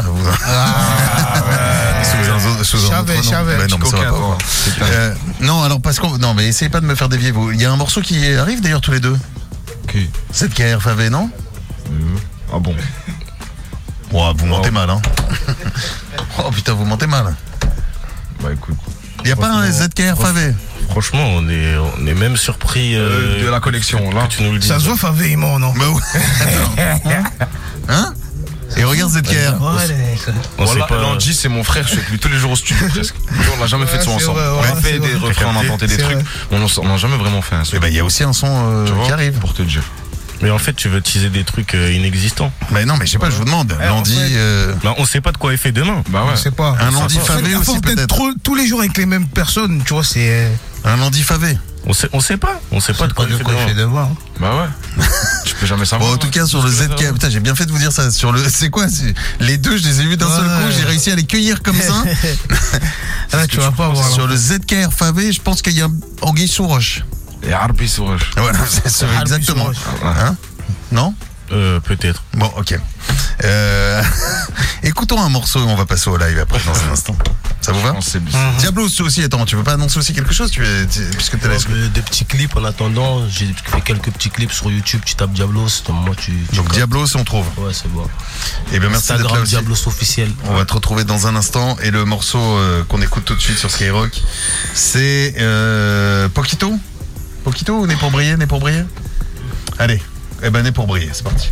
Sous un autre nom. J'avais. Non, mais ça va pas. Non, alors, parce qu'on... Non, mais essayez pas de me faire dévier, vous. Il y a un morceau qui arrive, d'ailleurs, tous les deux. Qui? ZKR Favé, non? Ah bon? Oh, vous mentez mal, hein. Oh putain, vous mentez mal. Bah écoute. Il y a pas un ZKR Favé? Franchement, on est même surpris de la collection, là. Que tu nous le dis. Ça se voit, Favé, il ment, non? Bah ouais. Hein? Et regarde ZKR. Voilà, Landy, c'est mon frère, je suis avec lui tous les jours au studio presque. On n'a jamais fait de son ensemble. On a fait des refrains, on a tenté des trucs. On n'a jamais vraiment fait un son. Et bah il y a aussi un son qui arrive. Pour te dire. Mais en fait, tu veux teaser des trucs inexistants. Mais non, mais je sais pas, je vous demande. Landy. Bah, on sait pas de quoi est fait demain. Bah ouais. Je sais pas. Un Landy Favé aussi peut-être. Tous les jours avec les mêmes personnes, tu vois, c'est. Un Landy Favé. On sait pas de quoi il fait demain. Bah ouais. Tu peux jamais savoir. Bon, en tout cas, sur le ZK, putain, j'ai bien fait de vous dire ça. Sur le, c'est quoi? Les deux, je les ai vus d'un seul coup, j'ai réussi à les cueillir comme ça. Là, tu vas pas voir. Sur le ZKR Favé, je pense qu'il y a Anguille sous roche. Et Harbi Sourage. Voilà, c'est exactement. Hein? Non? Peut-être. Bon, ok. Écoutons un morceau et on va passer au live après dans un instant. Ça vous va? Diablos, toi aussi, attends, tu veux pas annoncer aussi quelque chose puisque t'es là. Des petits clips en attendant, j'ai fait quelques petits clips sur YouTube, tu tapes Diablos, moi donc Diablos, on trouve. Ouais, c'est bon. Et bien merci d'être là aussi. Diablos officiel. On va te retrouver dans un instant et le morceau qu'on écoute tout de suite sur Skyrock, c'est Poquito ou Né pour briller, Allez, eh ben Né pour briller, c'est parti.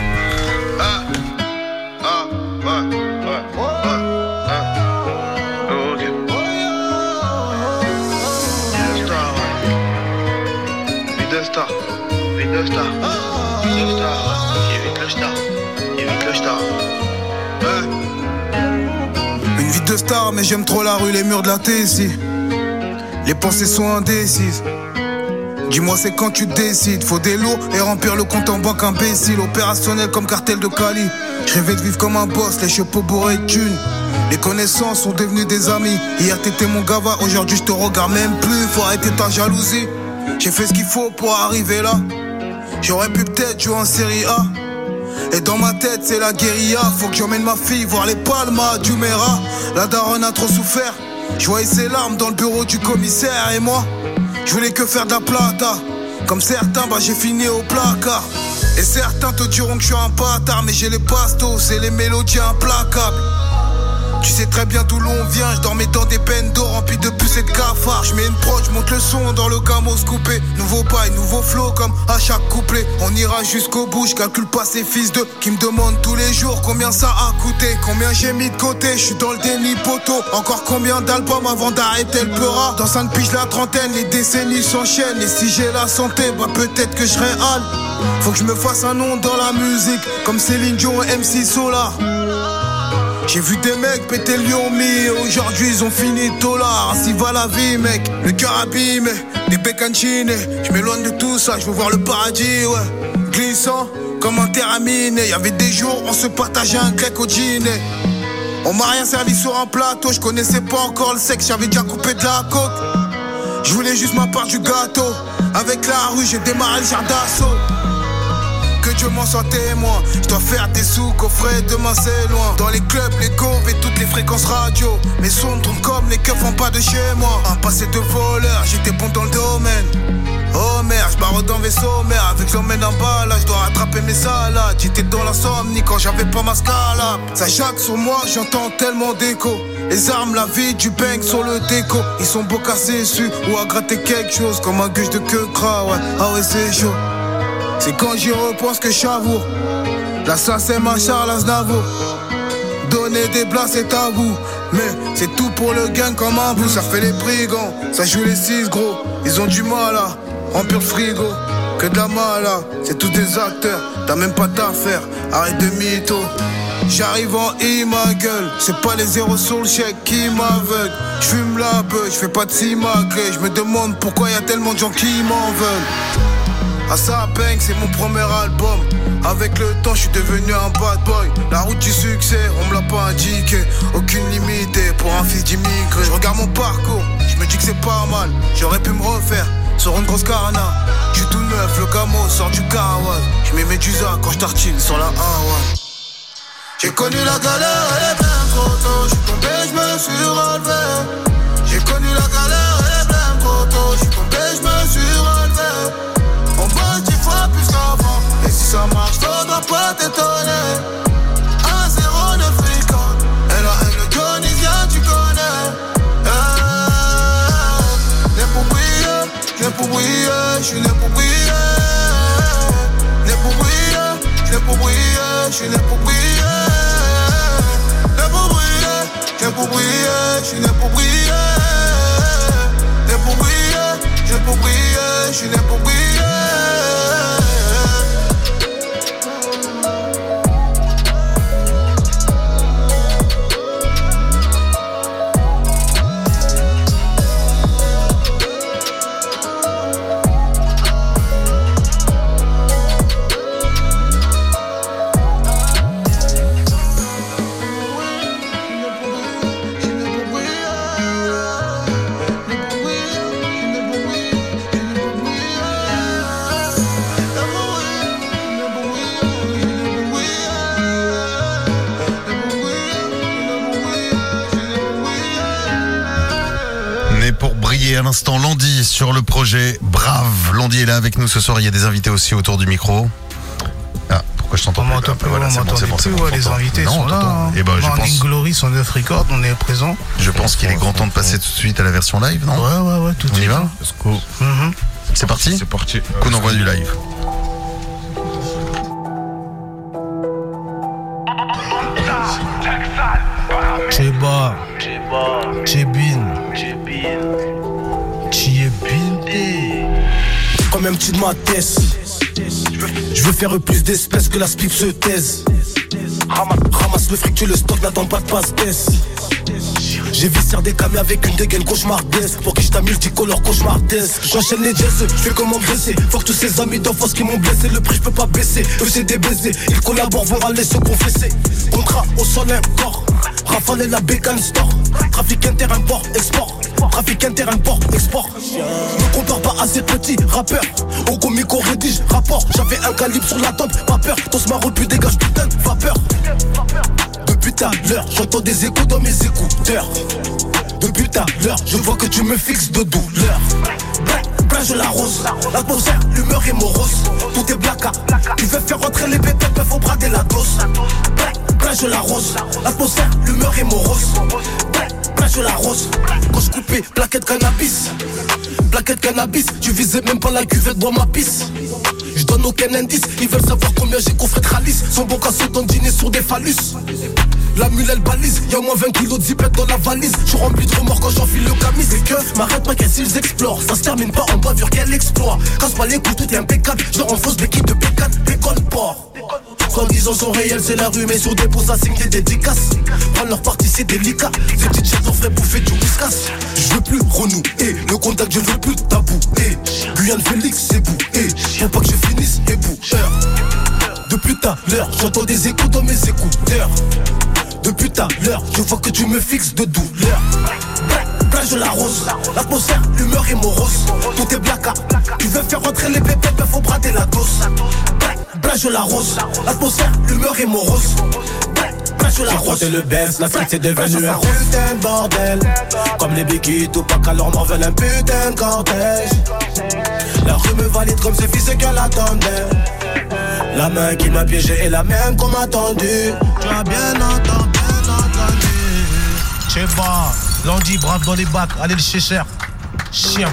Une vie de star, mais j'aime trop la rue, les murs de la TSI. Les pensées sont indécises. Dis-moi c'est quand tu décides. Faut des lots et remplir le compte en banque imbécile. Opérationnel comme cartel de Cali. Je rêvais de vivre comme un boss, les chapeaux bourrés de thunes. Les connaissances sont devenues des amis. Hier t'étais mon gava, aujourd'hui je te regarde même plus. Faut arrêter ta jalousie. J'ai fait ce qu'il faut pour arriver là. J'aurais pu peut-être jouer en série A. Et dans ma tête c'est la guérilla. Faut que j'emmène ma fille voir les Palmas du Mera. La daronne a trop souffert. Je voyais ses larmes dans le bureau du commissaire. Et moi, je voulais que faire de la plata. Comme certains, j'ai fini au placard. Et certains te diront que je suis un bâtard. Mais j'ai les pastos et les mélodies implacables. Tu sais très bien d'où l'on vient, je dormais dans des bendos remplis de puces et de cafards. Je mets une prod, je monte le son dans le camos coupé. Nouveau bail, nouveau flow comme à chaque couplet. On ira jusqu'au bout, je calcule pas ces fils de qui me demandent tous les jours combien ça a coûté, combien j'ai mis de côté. Je suis dans le déni poteau, encore combien d'albums avant d'arrêter le peura. Dans 5 piges la trentaine, les décennies s'enchaînent. Et si j'ai la santé, peut-être que je serai hal. Faut que je me fasse un nom dans la musique, comme Céline Dion et MC Solar. J'ai vu des mecs péter le lion mi. Aujourd'hui ils ont fini de dollars. Ainsi va la vie mec, le cœur abîmé. Des bécancines, je m'éloigne de tout ça. Je veux voir le paradis, ouais. Glissant comme un terrain miné. Y'avait des jours on se partageait un grec au dîner. On m'a rien servi sur un plateau. Je connaissais pas encore le sexe, j'avais déjà coupé de la coke. Je voulais juste ma part du gâteau. Avec la rue j'ai démarré le jardin d'assaut. Que Dieu m'en soit témoin. Je dois faire des sous, coffret, demain c'est loin. Dans les clubs, les coves et toutes les fréquences radio. Mes sons tournent comme les keufs en bas de chez moi. Un passé de voleur, j'étais bon dans le domaine. Oh merde, je barre dans vaisseau mère. Avec l'emmène en bas là, je dois rattraper mes salades. J'étais dans l'insomnie quand j'avais pas ma scala. Ça jacque sur moi, j'entends tellement d'écho. Les armes, la vie, du bang sur le déco. Ils sont beaux cassés dessus ou à gratter quelque chose. Comme un gueule de queue gras, ouais. Ah ouais c'est chaud. C'est quand j'y repense que je savoure. Là ça c'est ma Charles Aznavour. Donner des blagues c'est tabou. Mais c'est tout pour le gang comme un bout. Ça fait les brigands, ça joue les 6 gros. Ils ont du mal à remplir le frigo. Que de la mala, c'est tous des acteurs. T'as même pas d'affaires, arrête de mytho. J'arrive en ma gueule. C'est pas les zéros sur le chèque qui m'aveuglent. J'fume la beuh, j'fais pas de simagré. J'me demande pourquoi y a tellement de gens qui m'en veulent. Assa Bang, c'est mon premier album. Avec le temps, je suis devenu un bad boy. La route du succès, on me l'a pas indiqué. Aucune limite pour un fils d'immigré. Je regarde mon parcours, je me dis que c'est pas mal. J'aurais pu me refaire sur une grosse carana. Je suis tout neuf, le camo sort du Kawas. Je mets Medusa quand je tartine sur la A1. J'ai connu la galère, elle est bien trop tôt. Je suis tombé, je me suis relevé. J'ai connu la galère, elle est bien trop tôt. Je suis tombé, je me suis relevé. On bosse 10 fois plus qu'avant. Et si ça marche, faudra pas t'étonner. 1-0, 9 fréquents. Et la haine, le Dionysien, tu connais. Né pour briller, né pour briller. J'suis né pour briller. Né pour briller, né pour briller. J'suis né pour briller. Né pour briller, né pour briller. J'suis né pour briller. Né pour briller, né pour briller. J'suis né pour briller. à l'instant Landy sur le projet Brave. Landy est là avec nous ce soir, il y a des invités aussi autour du micro. Ah, pourquoi je t'entends pas? Voilà, c'est bon. Les invités sont là. Et ben, je pense... Glory, son 9 record, on est présent. Je pense qu'il est grand temps de passer tout de suite à la version live, non? Ouais, tout de suite. On y va? C'est parti? C'est parti. Qu'on envoie du live. Cheba, Chebin, quand même tu de ma tête. Je veux faire plus d'espèces que la spip se taise. Ramasse le fric, tu le stock, n'attends pas de passe-baisse. J'ai viscère des camions avec une dégaine cauchemardesque. Pour qui je multicolore cauchemardesque. J'enchaîne les jazz, je fais comment graisser. Faut que tous ces amis d'enfance qui m'ont blessé. Le prix je peux pas baisser, eux c'est des baisers. Ils collaborent, vont aller se confesser. Contrat au sol, un corps. Rafale et la bécane store. Trafic inter, import, export. Trafic inter, import, export. Ne compare pas à ces petits rappeurs. Au comico rédige, rapport. J'avais un calibre sur la tempe, pas peur. Tous ma plus dégage putain de vapeur. Depuis tout à l'heure, j'entends des échos dans mes écouteurs. Depuis tout à l'heure, je vois que tu me fixes de douleur. Plage la rose, l'atmosphère, l'humeur est morose. Tout est blacka, tu veux faire rentrer les bébés, mais faut brader la dose. Plage la rose, l'atmosphère, l'humeur est morose. Plage la rose, quand je coupais, plaquette cannabis. Plaquette cannabis, tu visais même pas la cuvette dans ma pisse. Je donne aucun indice, ils veulent savoir combien j'ai coffré de ralice. Son bon casse dans dîner sur des phallus. La mule elle balise, y'a au moins 20 kilos de zipette dans la valise. J'suis rempli de remords quand j'enfile le camis. Les keufs m'arrêtent pas qu'elles ils explorent. Ça se termine pas en bavure, quel exploit. Casse pas les coups, tout est impeccable. J'leur enfonce des kits de P4, décolle port. Soit disant sont réels, c'est la rue, mais sur des pots ça signe des dédicaces. Prendre leur partie c'est délicat. Ces petites chaises en ferait bouffer du whiskas. Je veux plus renouer, le contact je veux plus tabou. Guyane Félix c'est bou. Faut pas que je finisse ébou. Depuis tout à l'heure, j'entends des échos dans mes écouteurs. Depuis tout à l'heure, je vois que tu me fixes de douleur. Plage la rose, l'atmosphère, l'humeur est morose. Tout est blacka, tu veux faire rentrer les bébés, mais faut brader la dose. Plage la rose, l'atmosphère, l'humeur est morose. Plage la rose, le baisse, la street c'est devenu un putain de bordel. Comme les béquilles, tout pas qu'alors m'en veulent un putain de cortège. La rue me valide comme ses fils qu'elle attendait. La main qui m'a piégé est la même qu'on m'a tendu. Tu as bien entendu, Cheba, Landy, Brave dans les bacs, allez le chercher. Chien.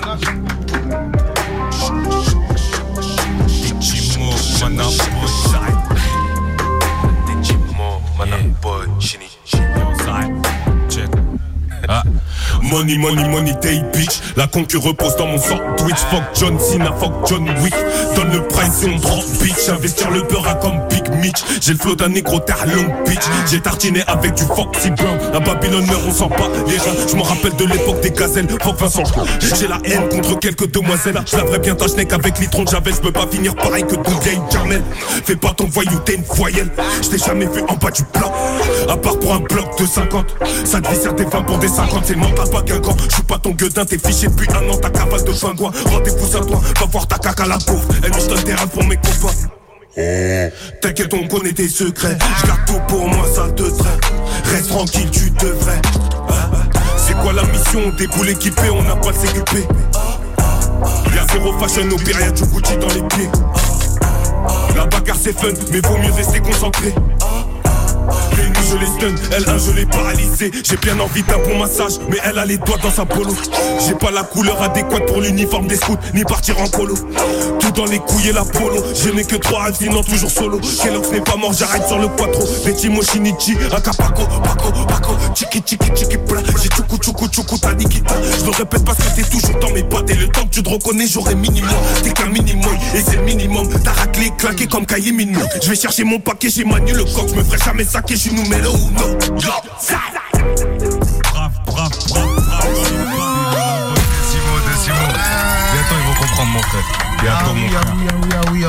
Money, money, money, day bitch. La concu repose dans mon sandwich. Fuck John Cena, fuck John Wick. Donne le price et on drop bitch. Investir le beurre comme Big Mitch. J'ai le flow d'un négro terre long bitch. J'ai tartiné avec du Foxy Brown. Un Babylone meurt, on sent pas les reins. Je me rappelle de l'époque des gazelles. Fuck Vincent. J'ai la haine contre quelques demoiselles. J'lavais bien ta schneck avec litron de Javel. J'peux pas finir pareil que ton vieille Jamel. Fais pas ton voyou, t'es une voyelle. J't'ai jamais vu en bas du bloc. À part pour un bloc de 50. Ça te visère des 20 pour des 50. C'est mental pas qu'un camp. J'suis pas ton gueudin, t'es fiché depuis un an. Ta cavale de pingouin. Rendez-vous à toi. Va voir ta caca la pauvre. Elle me donne des rêves pour mes copains. T'inquiète, on connaît tes secrets. J'garde tout pour moi, ça te traite. Reste tranquille, tu devrais. C'est quoi la mission? Des boules équipées, on n'a pas de CQP. Y'a zéro fashion, au pire y'a du Gucci dans les pieds. La bagarre c'est fun, mais vaut mieux rester concentré. Les nuits je les stun, elle un je l'ai paralysée. J'ai bien envie d'un bon massage, mais elle a les doigts dans sa polo. J'ai pas la couleur adéquate pour l'uniforme des scouts, ni partir en colo. Tout dans les couilles et la polo. Je n'ai que 3 rêves, sinon toujours solo. Kellogg's n'est pas mort, j'arrête sur le quattro. Betimo Shinichi, Akapako, Paco, Chiki, pla. J'ai tchoukou, ta Nikita. Je le répète parce que t'es toujours dans mes pattes. Et le temps que tu te reconnais, j'aurai minimum. T'es qu'un minimum, et c'est le minimum. T'as raclé, claqué comme Kaye Minu. Je vais chercher mon paquet chez Manu le coq. Je me ferai jamais saquer, je suis numéro 1. Brave. Décimo. Bientôt ils vont comprendre mon frère. Bientôt mon frère. Oui.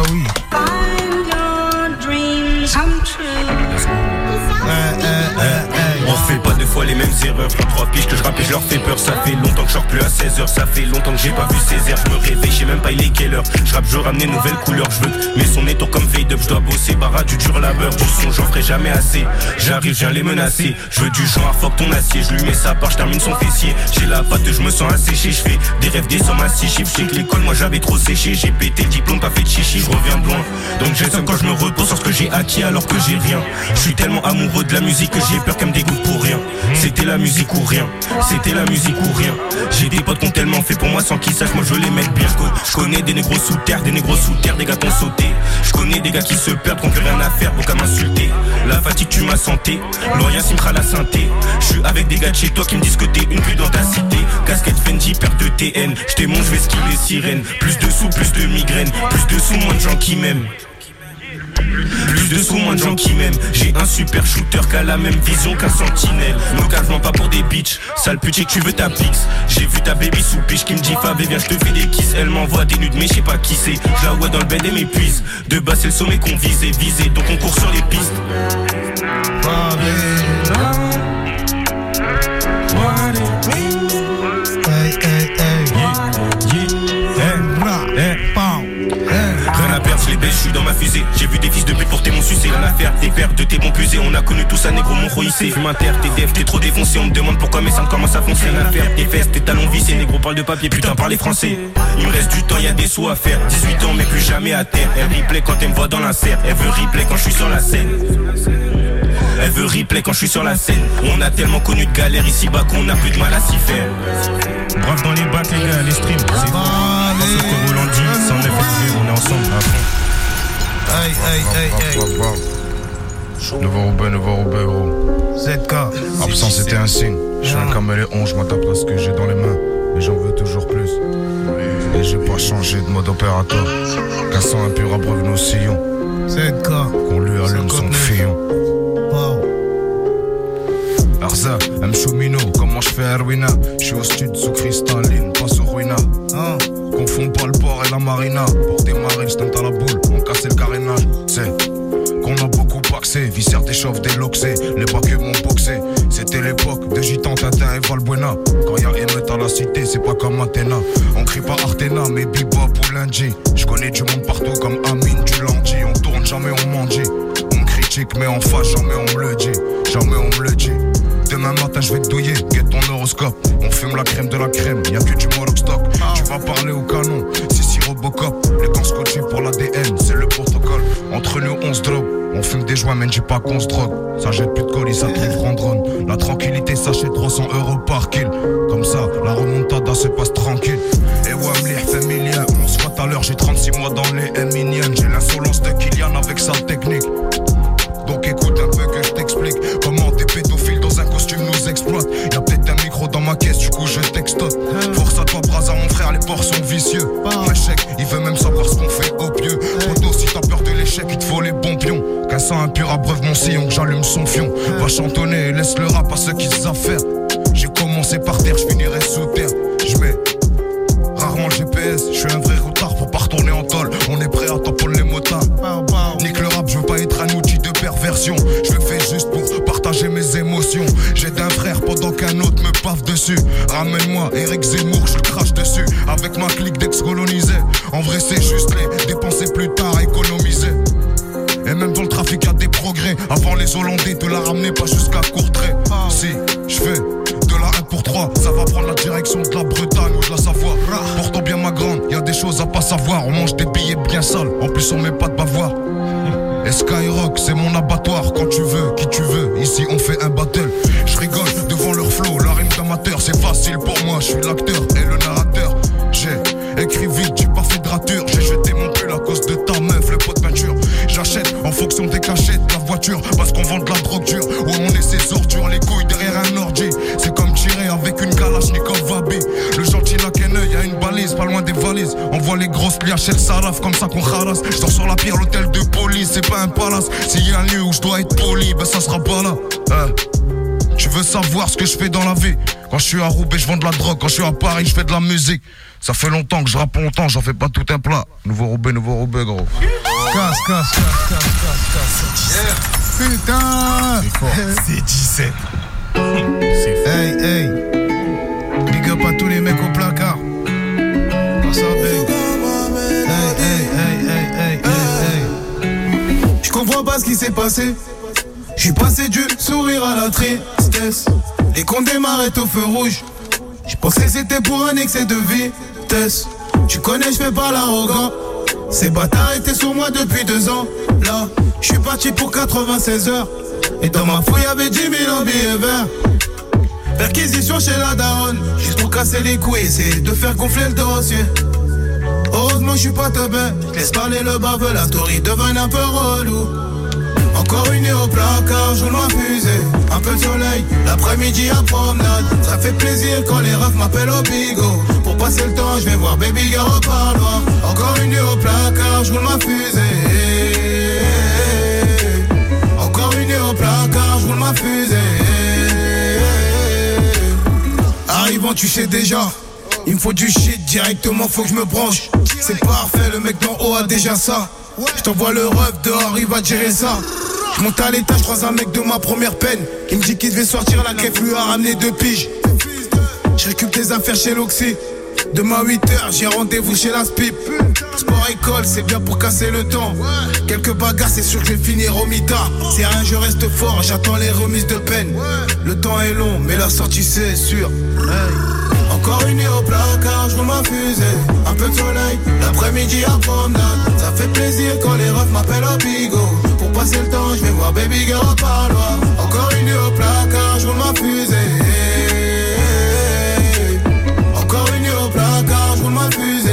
On fait pas deux fois les mêmes erreurs. Je 3 piges que je rappe et je leur fais peur. Ça fait longtemps que je sors plus à 16h. Ça fait longtemps que j'ai pas vu Césaire. Je me réveille, je sais même pas il est quelle heure. Je rappe, je ramener nouvelle couleur. Je veux mais son étour comme fade up. Je dois bosser, barra du dur labeur. Du son, j'en ferai jamais assez. J'arrive, je viens les menacer. Je veux du genre, fuck ton acier. Je lui mets sa part, je termine son fessier. J'ai la patte, je me sens asséché. Je fais des rêves, des sommes à 6 chiffres. Je sais que l'école, moi j'avais trop séché. J'ai pété le diplôme, pas fait de chichi. Je reviens de loin. Donc j'ai quand je me repose sur ce que j'ai acquis alors que j'ai rien. Je suis tellement amoureux de la musique que j'ai peur qu'elle me dégoûte pour rien. C'était la musique ou rien. C'était la musique ou rien. J'ai des potes qui ont tellement fait pour moi sans qu'ils sachent. Moi je veux les mettre bien. Je connais des négros sous terre, des négros sous terre, des gars qui ont sauté. Je connais des gars qui se perdent, qui ont plus rien à faire, bon qu'à m'insulter. La fatigue tu m'as santé, Lorient Simtra la synthé. Je suis avec des gars de chez toi qui me disent que t'es une pute dans ta cité. Casquette Fendi, paire de TN. Je t'aimons, je vais skier les sirènes. Plus de sous, plus de migraines. Plus de sous, moins de gens qui m'aiment. Plus de sous, moins de gens qui m'aiment. J'ai un super shooter qui a la même vision qu'un sentinelle. Localement pas pour des bitches. Sale pute, tu veux ta pix. J'ai vu ta baby sous piche qui me dit Fab, viens je te fais des kisses. Elle m'envoie des nudes mais je sais pas qui c'est. Je la vois dans le bed et m'épuise. De bas c'est le sommet qu'on visait, donc on court sur les pistes. Rien à perdre, je les baisse, je suis dans ma fusée. J'ai vu des fils de pute pour tes mon sucé. Rien à faire, tes pères de tes bons pusés. On a connu tout ça, négro, mon roïssé. Fume un terre, t'es def, t'es trop défoncé. On me demande pourquoi mes seins commencent à foncer. Rien à faire, tes fesses, tes talons vissés. Négro, parle de papier, putain, parlez français. Il me reste du temps, y'a des sous à faire. 18 ans, mais plus jamais à terre. Elle replay quand elle me voit dans l'insert. Elle veut replay quand je suis sur la scène. Elle veut replay quand je suis sur la scène. On a tellement connu de galères ici-bas qu'on a plus de mal à s'y faire. Bref dans les bacs les gars, les streams. C'est bon. On se colle au lundi, 109 on est ensemble à fond. Aïe. Nouveau Roubaix gros. ZK. Absent c'était un signe. Je suis un caméléon, je m'attaque à ce que j'ai dans les mains. Mais j'en veux toujours plus. Et j'ai pas changé de mode opérateur. Cassant un pur à preuve nos sillons. ZK. Qu'on lui allume son fillon. Arza, M. Choumino, comment je fais Erwina? Je suis au stud sous cristalline, pas sur Ruina. Confonds pas le port et la marina. Pour démarrer, je tente à la boule, on cassait le carénage. C'est qu'on a beaucoup paxé, viscère des chauves, des loxés. Les bacs m'ont boxé. C'était l'époque de Gitan, Tintin et Valbuena. Quand y'a émeute à la cité, c'est pas comme Athéna. On crie pas Artena, mais Bebop ou Lundi. Je connais du monde partout comme Amine, du Lundi. On tourne, jamais on mendie. On me critique, mais en face, jamais on me le dit. Jamais on me le dit. Demain matin je vais te douiller, guette ton horoscope. On fume la crème de la crème, y'a que du Moloch stock. Tu vas parler au canon, c'est si Robocop. Les gants scotchés pour l'ADN, c'est le protocole. Entre nous on se drogue, on fume des joints mais ne dis pas qu'on se drogue. Ça jette plus de colis, ça te livre en drone. La tranquillité s'achète 300 € par kill. Comme ça, la remontada se passe tranquille. Et Wamli, familien, on se voit tout à l'heure, j'ai 36 mois dans les miniennes. J'ai l'insolence de Kylian avec sa technique. Donc écoute un peu que je t'explique comment des pédophiles dans un costume nous exploitent. Y'a peut-être un micro dans ma caisse, du coup je textote. Force à toi Braza mon frère, les ports sont vicieux. L'échec, il veut même savoir ce qu'on fait au pieu. Poto, si t'as peur de l'échec, il te faut les bons pions. Cassant un pur abreuve mon sillon, j'allume son fion. Va chantonner, laisse le rap à ceux qui savent faire. J'ai commencé par terre, je finirai sous terre. Je mets rarement le GPS, je suis un vrai routard pour pas retourner en tôle. On est prêt à tamponner les motards. Nique le rap, je veux pas être un outil de perversion. Je le fais juste pour partager mes émotions. J'ai d'un frère pendant qu'un autre me paffe dessus. Ramène-moi Eric Zemmour, je le crache dessus. Avec ma clique d'ex-colonisés. En vrai c'est juste les dépenser plus tard, économiser. Et même dans le trafic y'a des progrès. Avant les Hollandais de la ramener pas jusqu'à Courtrai. Si je fais de la 1 pour 3, ça va prendre la direction de la Bretagne ou de la Savoie. Porte bien ma grande, y'a des choses à pas savoir. On mange des billets bien sales, en plus on met pas de bavoir. Et Skyrock c'est mon abattoir. Quand tu veux, qui tu veux, ici on fait un battle. Je rigole devant leur flow, la rime d'amateur. C'est facile pour moi, je suis l'acteur et le narrateur. J'ai écrit vite, j'ai pas fait de rature. J'ai jeté mon pull à cause de ta meuf, le pot de peinture. J'achète en fonction des cachettes de la voiture. Parce qu'on vend de la drogue dure. Ouais on est ces ordures, les couilles derrière un ordi. C'est comme tirer avec une Kalachnikov Vabi. Le gentil Lakeneux, y'a une balise, pas loin des valises. On voit les grosses liaches et le saraf, comme ça qu'on harasse. J'sors sur la pierre, l'hôtel de police, c'est pas un palace. S'il y a un lieu où je dois être poli, ben ça sera pas là. Tu veux savoir ce que je fais dans la vie? Quand je suis à Roubaix, je vends de la drogue. Quand je suis à Paris, je fais de la musique. Ça fait longtemps que je rappe longtemps, j'en fais pas tout un plat. Nouveau Roubaix, gros. Casse. Putain. C'est fort. C'est 17. C'est fort. passé. J'suis passé du sourire à la tristesse. Les comptes démarraient au feu rouge. J'pensais que c'était pour un excès de vitesse. Tu connais, j'fais pas l'arrogant. Ces bâtards étaient sur moi depuis 2 ans. Là, j'suis parti pour 96 heures. Et dans ma fouille y'avait 10 000 en billets verts. Perquisition chez la daronne, juste pour casser les couilles, essayer de faire gonfler le dossier. Heureusement je suis pas teubé, je laisse parler le baveux, la story devient un peu relou. Encore une nuit au placard, je ma fusée. Un peu de soleil, l'après-midi à promenade. Ça fait plaisir quand les refs m'appellent au bigot. Pour passer le temps, je vais voir Baby Girl au parloir. Encore une nuit au placard, je ma fusée. Encore une nuit au placard, je ma fusée. Arrivant, tu sais déjà. Il me faut du shit directement, faut que je me branche. C'est parfait, le mec d'en haut a déjà ça. Je t'envoie le ref dehors, il va gérer ça. Je monte à l'étage, je croise un mec de ma première peine. Il me dit qu'il devait sortir, la keuf lui a ramené 2 piges. Je récupère tes affaires chez l'Oxy. Demain 8h, j'ai rendez-vous chez la SPIP. Sport école, c'est bien pour casser le temps. Quelques bagarres, c'est sûr que je vais finir au mitard. C'est rien, je reste fort, j'attends les remises de peine. Le temps est long, mais la sortie c'est sûr. Encore une nuit au placard, je ma fusée. Un peu de soleil, l'après-midi à promenade. Ça fait plaisir quand les refs m'appellent au bigot. Pour passer le temps, je vais voir Baby Girl au parloir. Encore une nuit au placard, je ma fusée. Encore une nuit au placard, je ma fusée.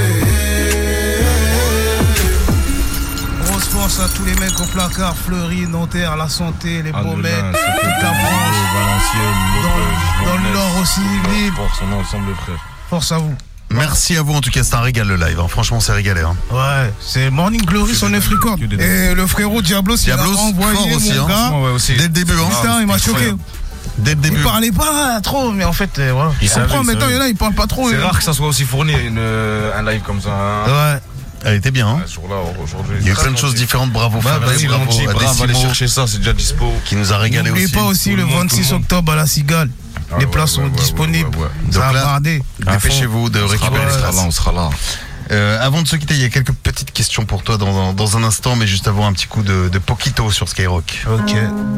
Grosse force à tous les mecs au placard, Fleury, Nanterre, La Santé, les Beaumet, toute la France, dans le Nord aussi, Lille. Force en ensemble, frère. Force à vous. Merci à vous, en tout cas, c'est un régal le live. Hein. Franchement, c'est régalé. Hein. Ouais, c'est Morning Glory sur 9 records. Et le frérot Diablos, il a envoyé fort aussi, mon gars. Ouais, aussi. Dès le début. Hein. Putain, il m'a choqué. Dès le début. Il parlait pas trop, mais en fait, voilà. Il comprend, maintenant, il y en a, il parle pas trop. C'est rare que ça soit aussi fourni, un live comme ça. Hein. Ouais. Elle était bien. Hein. Aujourd'hui, il y a eu plein de choses différentes. Bravo, bravo à aller chercher ça, c'est déjà dispo. Qui nous a régalé aussi. N'oubliez pas aussi le 26 octobre à la Cigale. Les places sont disponibles. Donc là, dépêchez-vous de récupérer les places. On sera là. Avant de se quitter, il y a quelques petites questions pour toi dans un instant, mais juste avant un petit coup de Poquito sur Skyrock. Ok.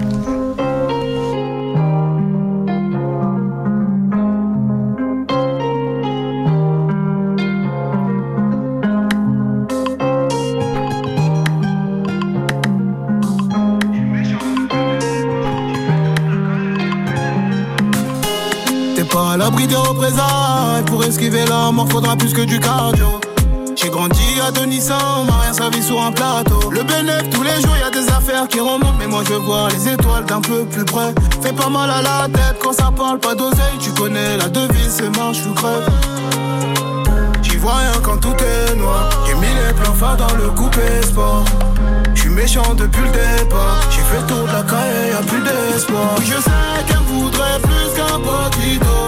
Pas à l'abri des représailles. Pour esquiver la mort faudra plus que du cardio. J'ai grandi à Denison, on m'a rien servi sur un plateau. Le bénéfice tous les jours, y a des affaires qui remontent. Mais moi je vois les étoiles d'un peu plus près. Fais pas mal à la tête quand ça parle pas d'oseille. Tu connais la devise, c'est marche ou crève. J'y vois rien quand tout est noir. J'ai mis les plans fins dans le coupé sport. J'suis méchant depuis le départ. J'ai fait le tour de la caille, y'a plus d'espoir. Oui, je sais qu'elle voudrait plus qu'un poquito.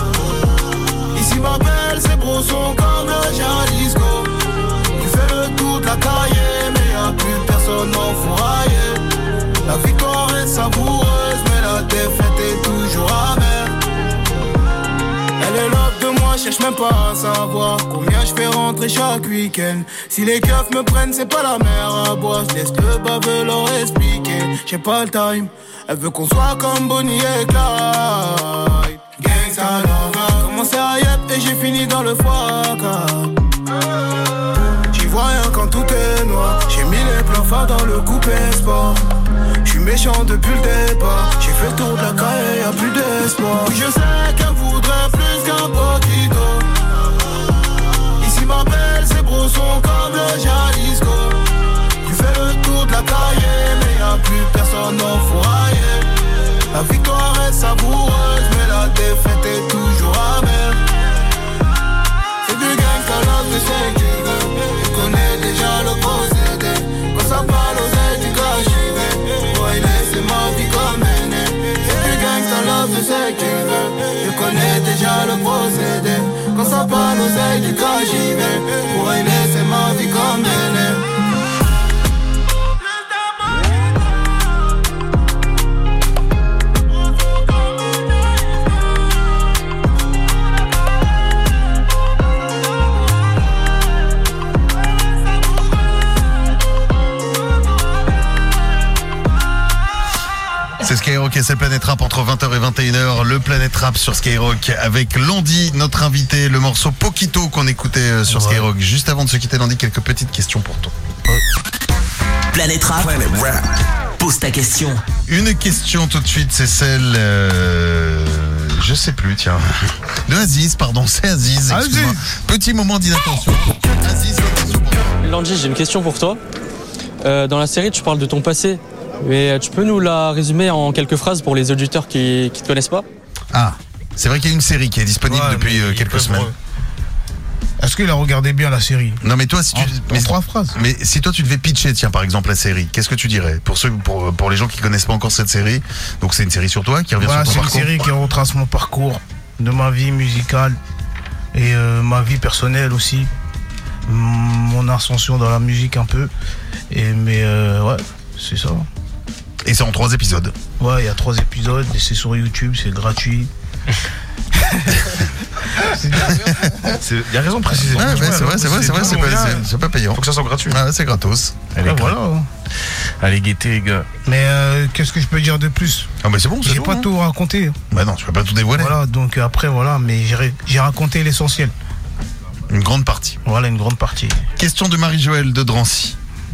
Ici ma belle, ces brossons comme le Jalisco. Tu fais le tour de la caille, mais y'a plus personne en foyer. La victoire est savoureuse, mais la défaite est toujours amère. Elle est l'offre de moi, cherche même pas à savoir combien je fais rentrer chaque week-end. Si les keufs me prennent, c'est pas la mer à boire. Je laisse le baveux leur expliquer. J'ai pas le time, elle veut qu'on soit comme Bonnie et Clyde. Gangsta lover, commencé à yep et j'ai fini dans le foie. J'y vois rien quand tout est noir. J'ai mis les plans fins dans le coupé sport. J'suis méchant depuis le départ. J'ai fait le tour de la caille, y'a plus d'espoir. Oui, je sais qu'elle voudrait plus qu'un poquito. Ici ma belle, ces brossons comme le Jalisco. Tu fais le tour de la caille, mais y'a plus personne en foyer. La victoire est savoureuse, mais la défaite est toujours amère. C'est du gangsta love, je sais que tu veux. Tu connais déjà le procédé. Quand ça parle aux ailes du gars, j'y vais. Pour laisser ma vie comme elle est. C'est du gangsta love, je sais que tu veux. Je connais déjà le procédé. Quand ça parle aux ailes du gars, j'y vais. Pour laisser ma vie comme elle est. c'est le Planète Rap entre 20h et 21h. Le Planète Rap sur Skyrock avec Landy, notre invité. Le morceau Poquito qu'on écoutait sur Skyrock. Juste avant de se quitter, Landy, quelques petites questions pour toi. Planète Rap. Pose ta question. Une question tout de suite, c'est celle... je sais plus, tiens. De Aziz, pardon, c'est Aziz. Excuse-moi. Petit moment d'inattention. Aziz, attention pour toi. Landy, j'ai une question pour toi. Dans la série, tu parles de ton passé. Mais tu peux nous la résumer en quelques phrases pour les auditeurs qui te connaissent pas? Ah, c'est vrai qu'il y a une série qui est disponible depuis quelques semaines. Est-ce qu'il a regardé bien la série? Non, mais toi, si tu... en 3 phrases. Mais si toi, tu devais pitcher, tiens, par exemple, la série, qu'est-ce que tu dirais pour les gens qui connaissent pas encore cette série? Donc, c'est une série sur toi qui revient sur ton parcours. C'est une série qui retrace mon parcours de ma vie musicale et ma vie personnelle aussi. Mon ascension dans la musique un peu. Mais ouais, c'est ça. Et c'est en 3 épisodes. Ouais, il y a 3 épisodes et c'est sur YouTube, c'est gratuit. Il y a raison de préciser. Ouais, c'est pas payant. Faut que ça soit gratuit. Ouais, c'est gratos. Allez, voilà. Allez, guettez, les gars. Mais qu'est-ce que je peux dire de plus? Ah, mais c'est bon, c'est J'ai pas tout raconté. Bah non, tu peux pas tout dévoiler. Voilà, donc après, voilà, mais j'ai raconté l'essentiel. Une grande partie. Voilà, une grande partie. Question de Marie-Joëlle de Drancy.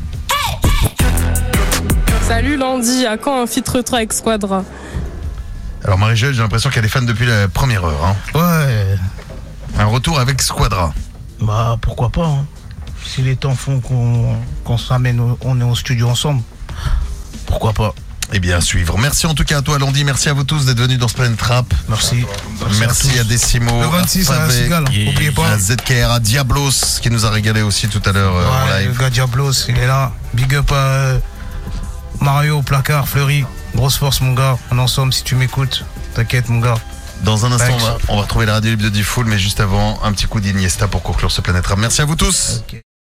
Salut Landy, à quand un feat retro avec Squadra? Alors Marie-Joëlle, j'ai l'impression qu'elle est fan depuis la première heure. Hein. Ouais. Un retour avec Squadra. Bah pourquoi pas. Hein. Si les temps font qu'on s'amène, on est au studio ensemble. Pourquoi pas. Eh bien, à suivre. Merci en tout cas à toi, Landy. Merci à vous tous d'être venus dans ce Planète Rap. Merci. Merci à Décimo, le 26 à à la Cigale, n'oubliez pas. À ZKR, à Diablos, qui nous a régalé aussi tout à l'heure en live. Le gars Diablos, il est là. Big up à Mario, Placard, Fleury. Grosse force, mon gars. On est ensemble si tu m'écoutes. T'inquiète, mon gars. Dans un instant, on va retrouver la radio libre de Diffoul, mais juste avant, un petit coup d'Iniesta pour conclure ce Planète Rap. Merci à vous tous. Okay.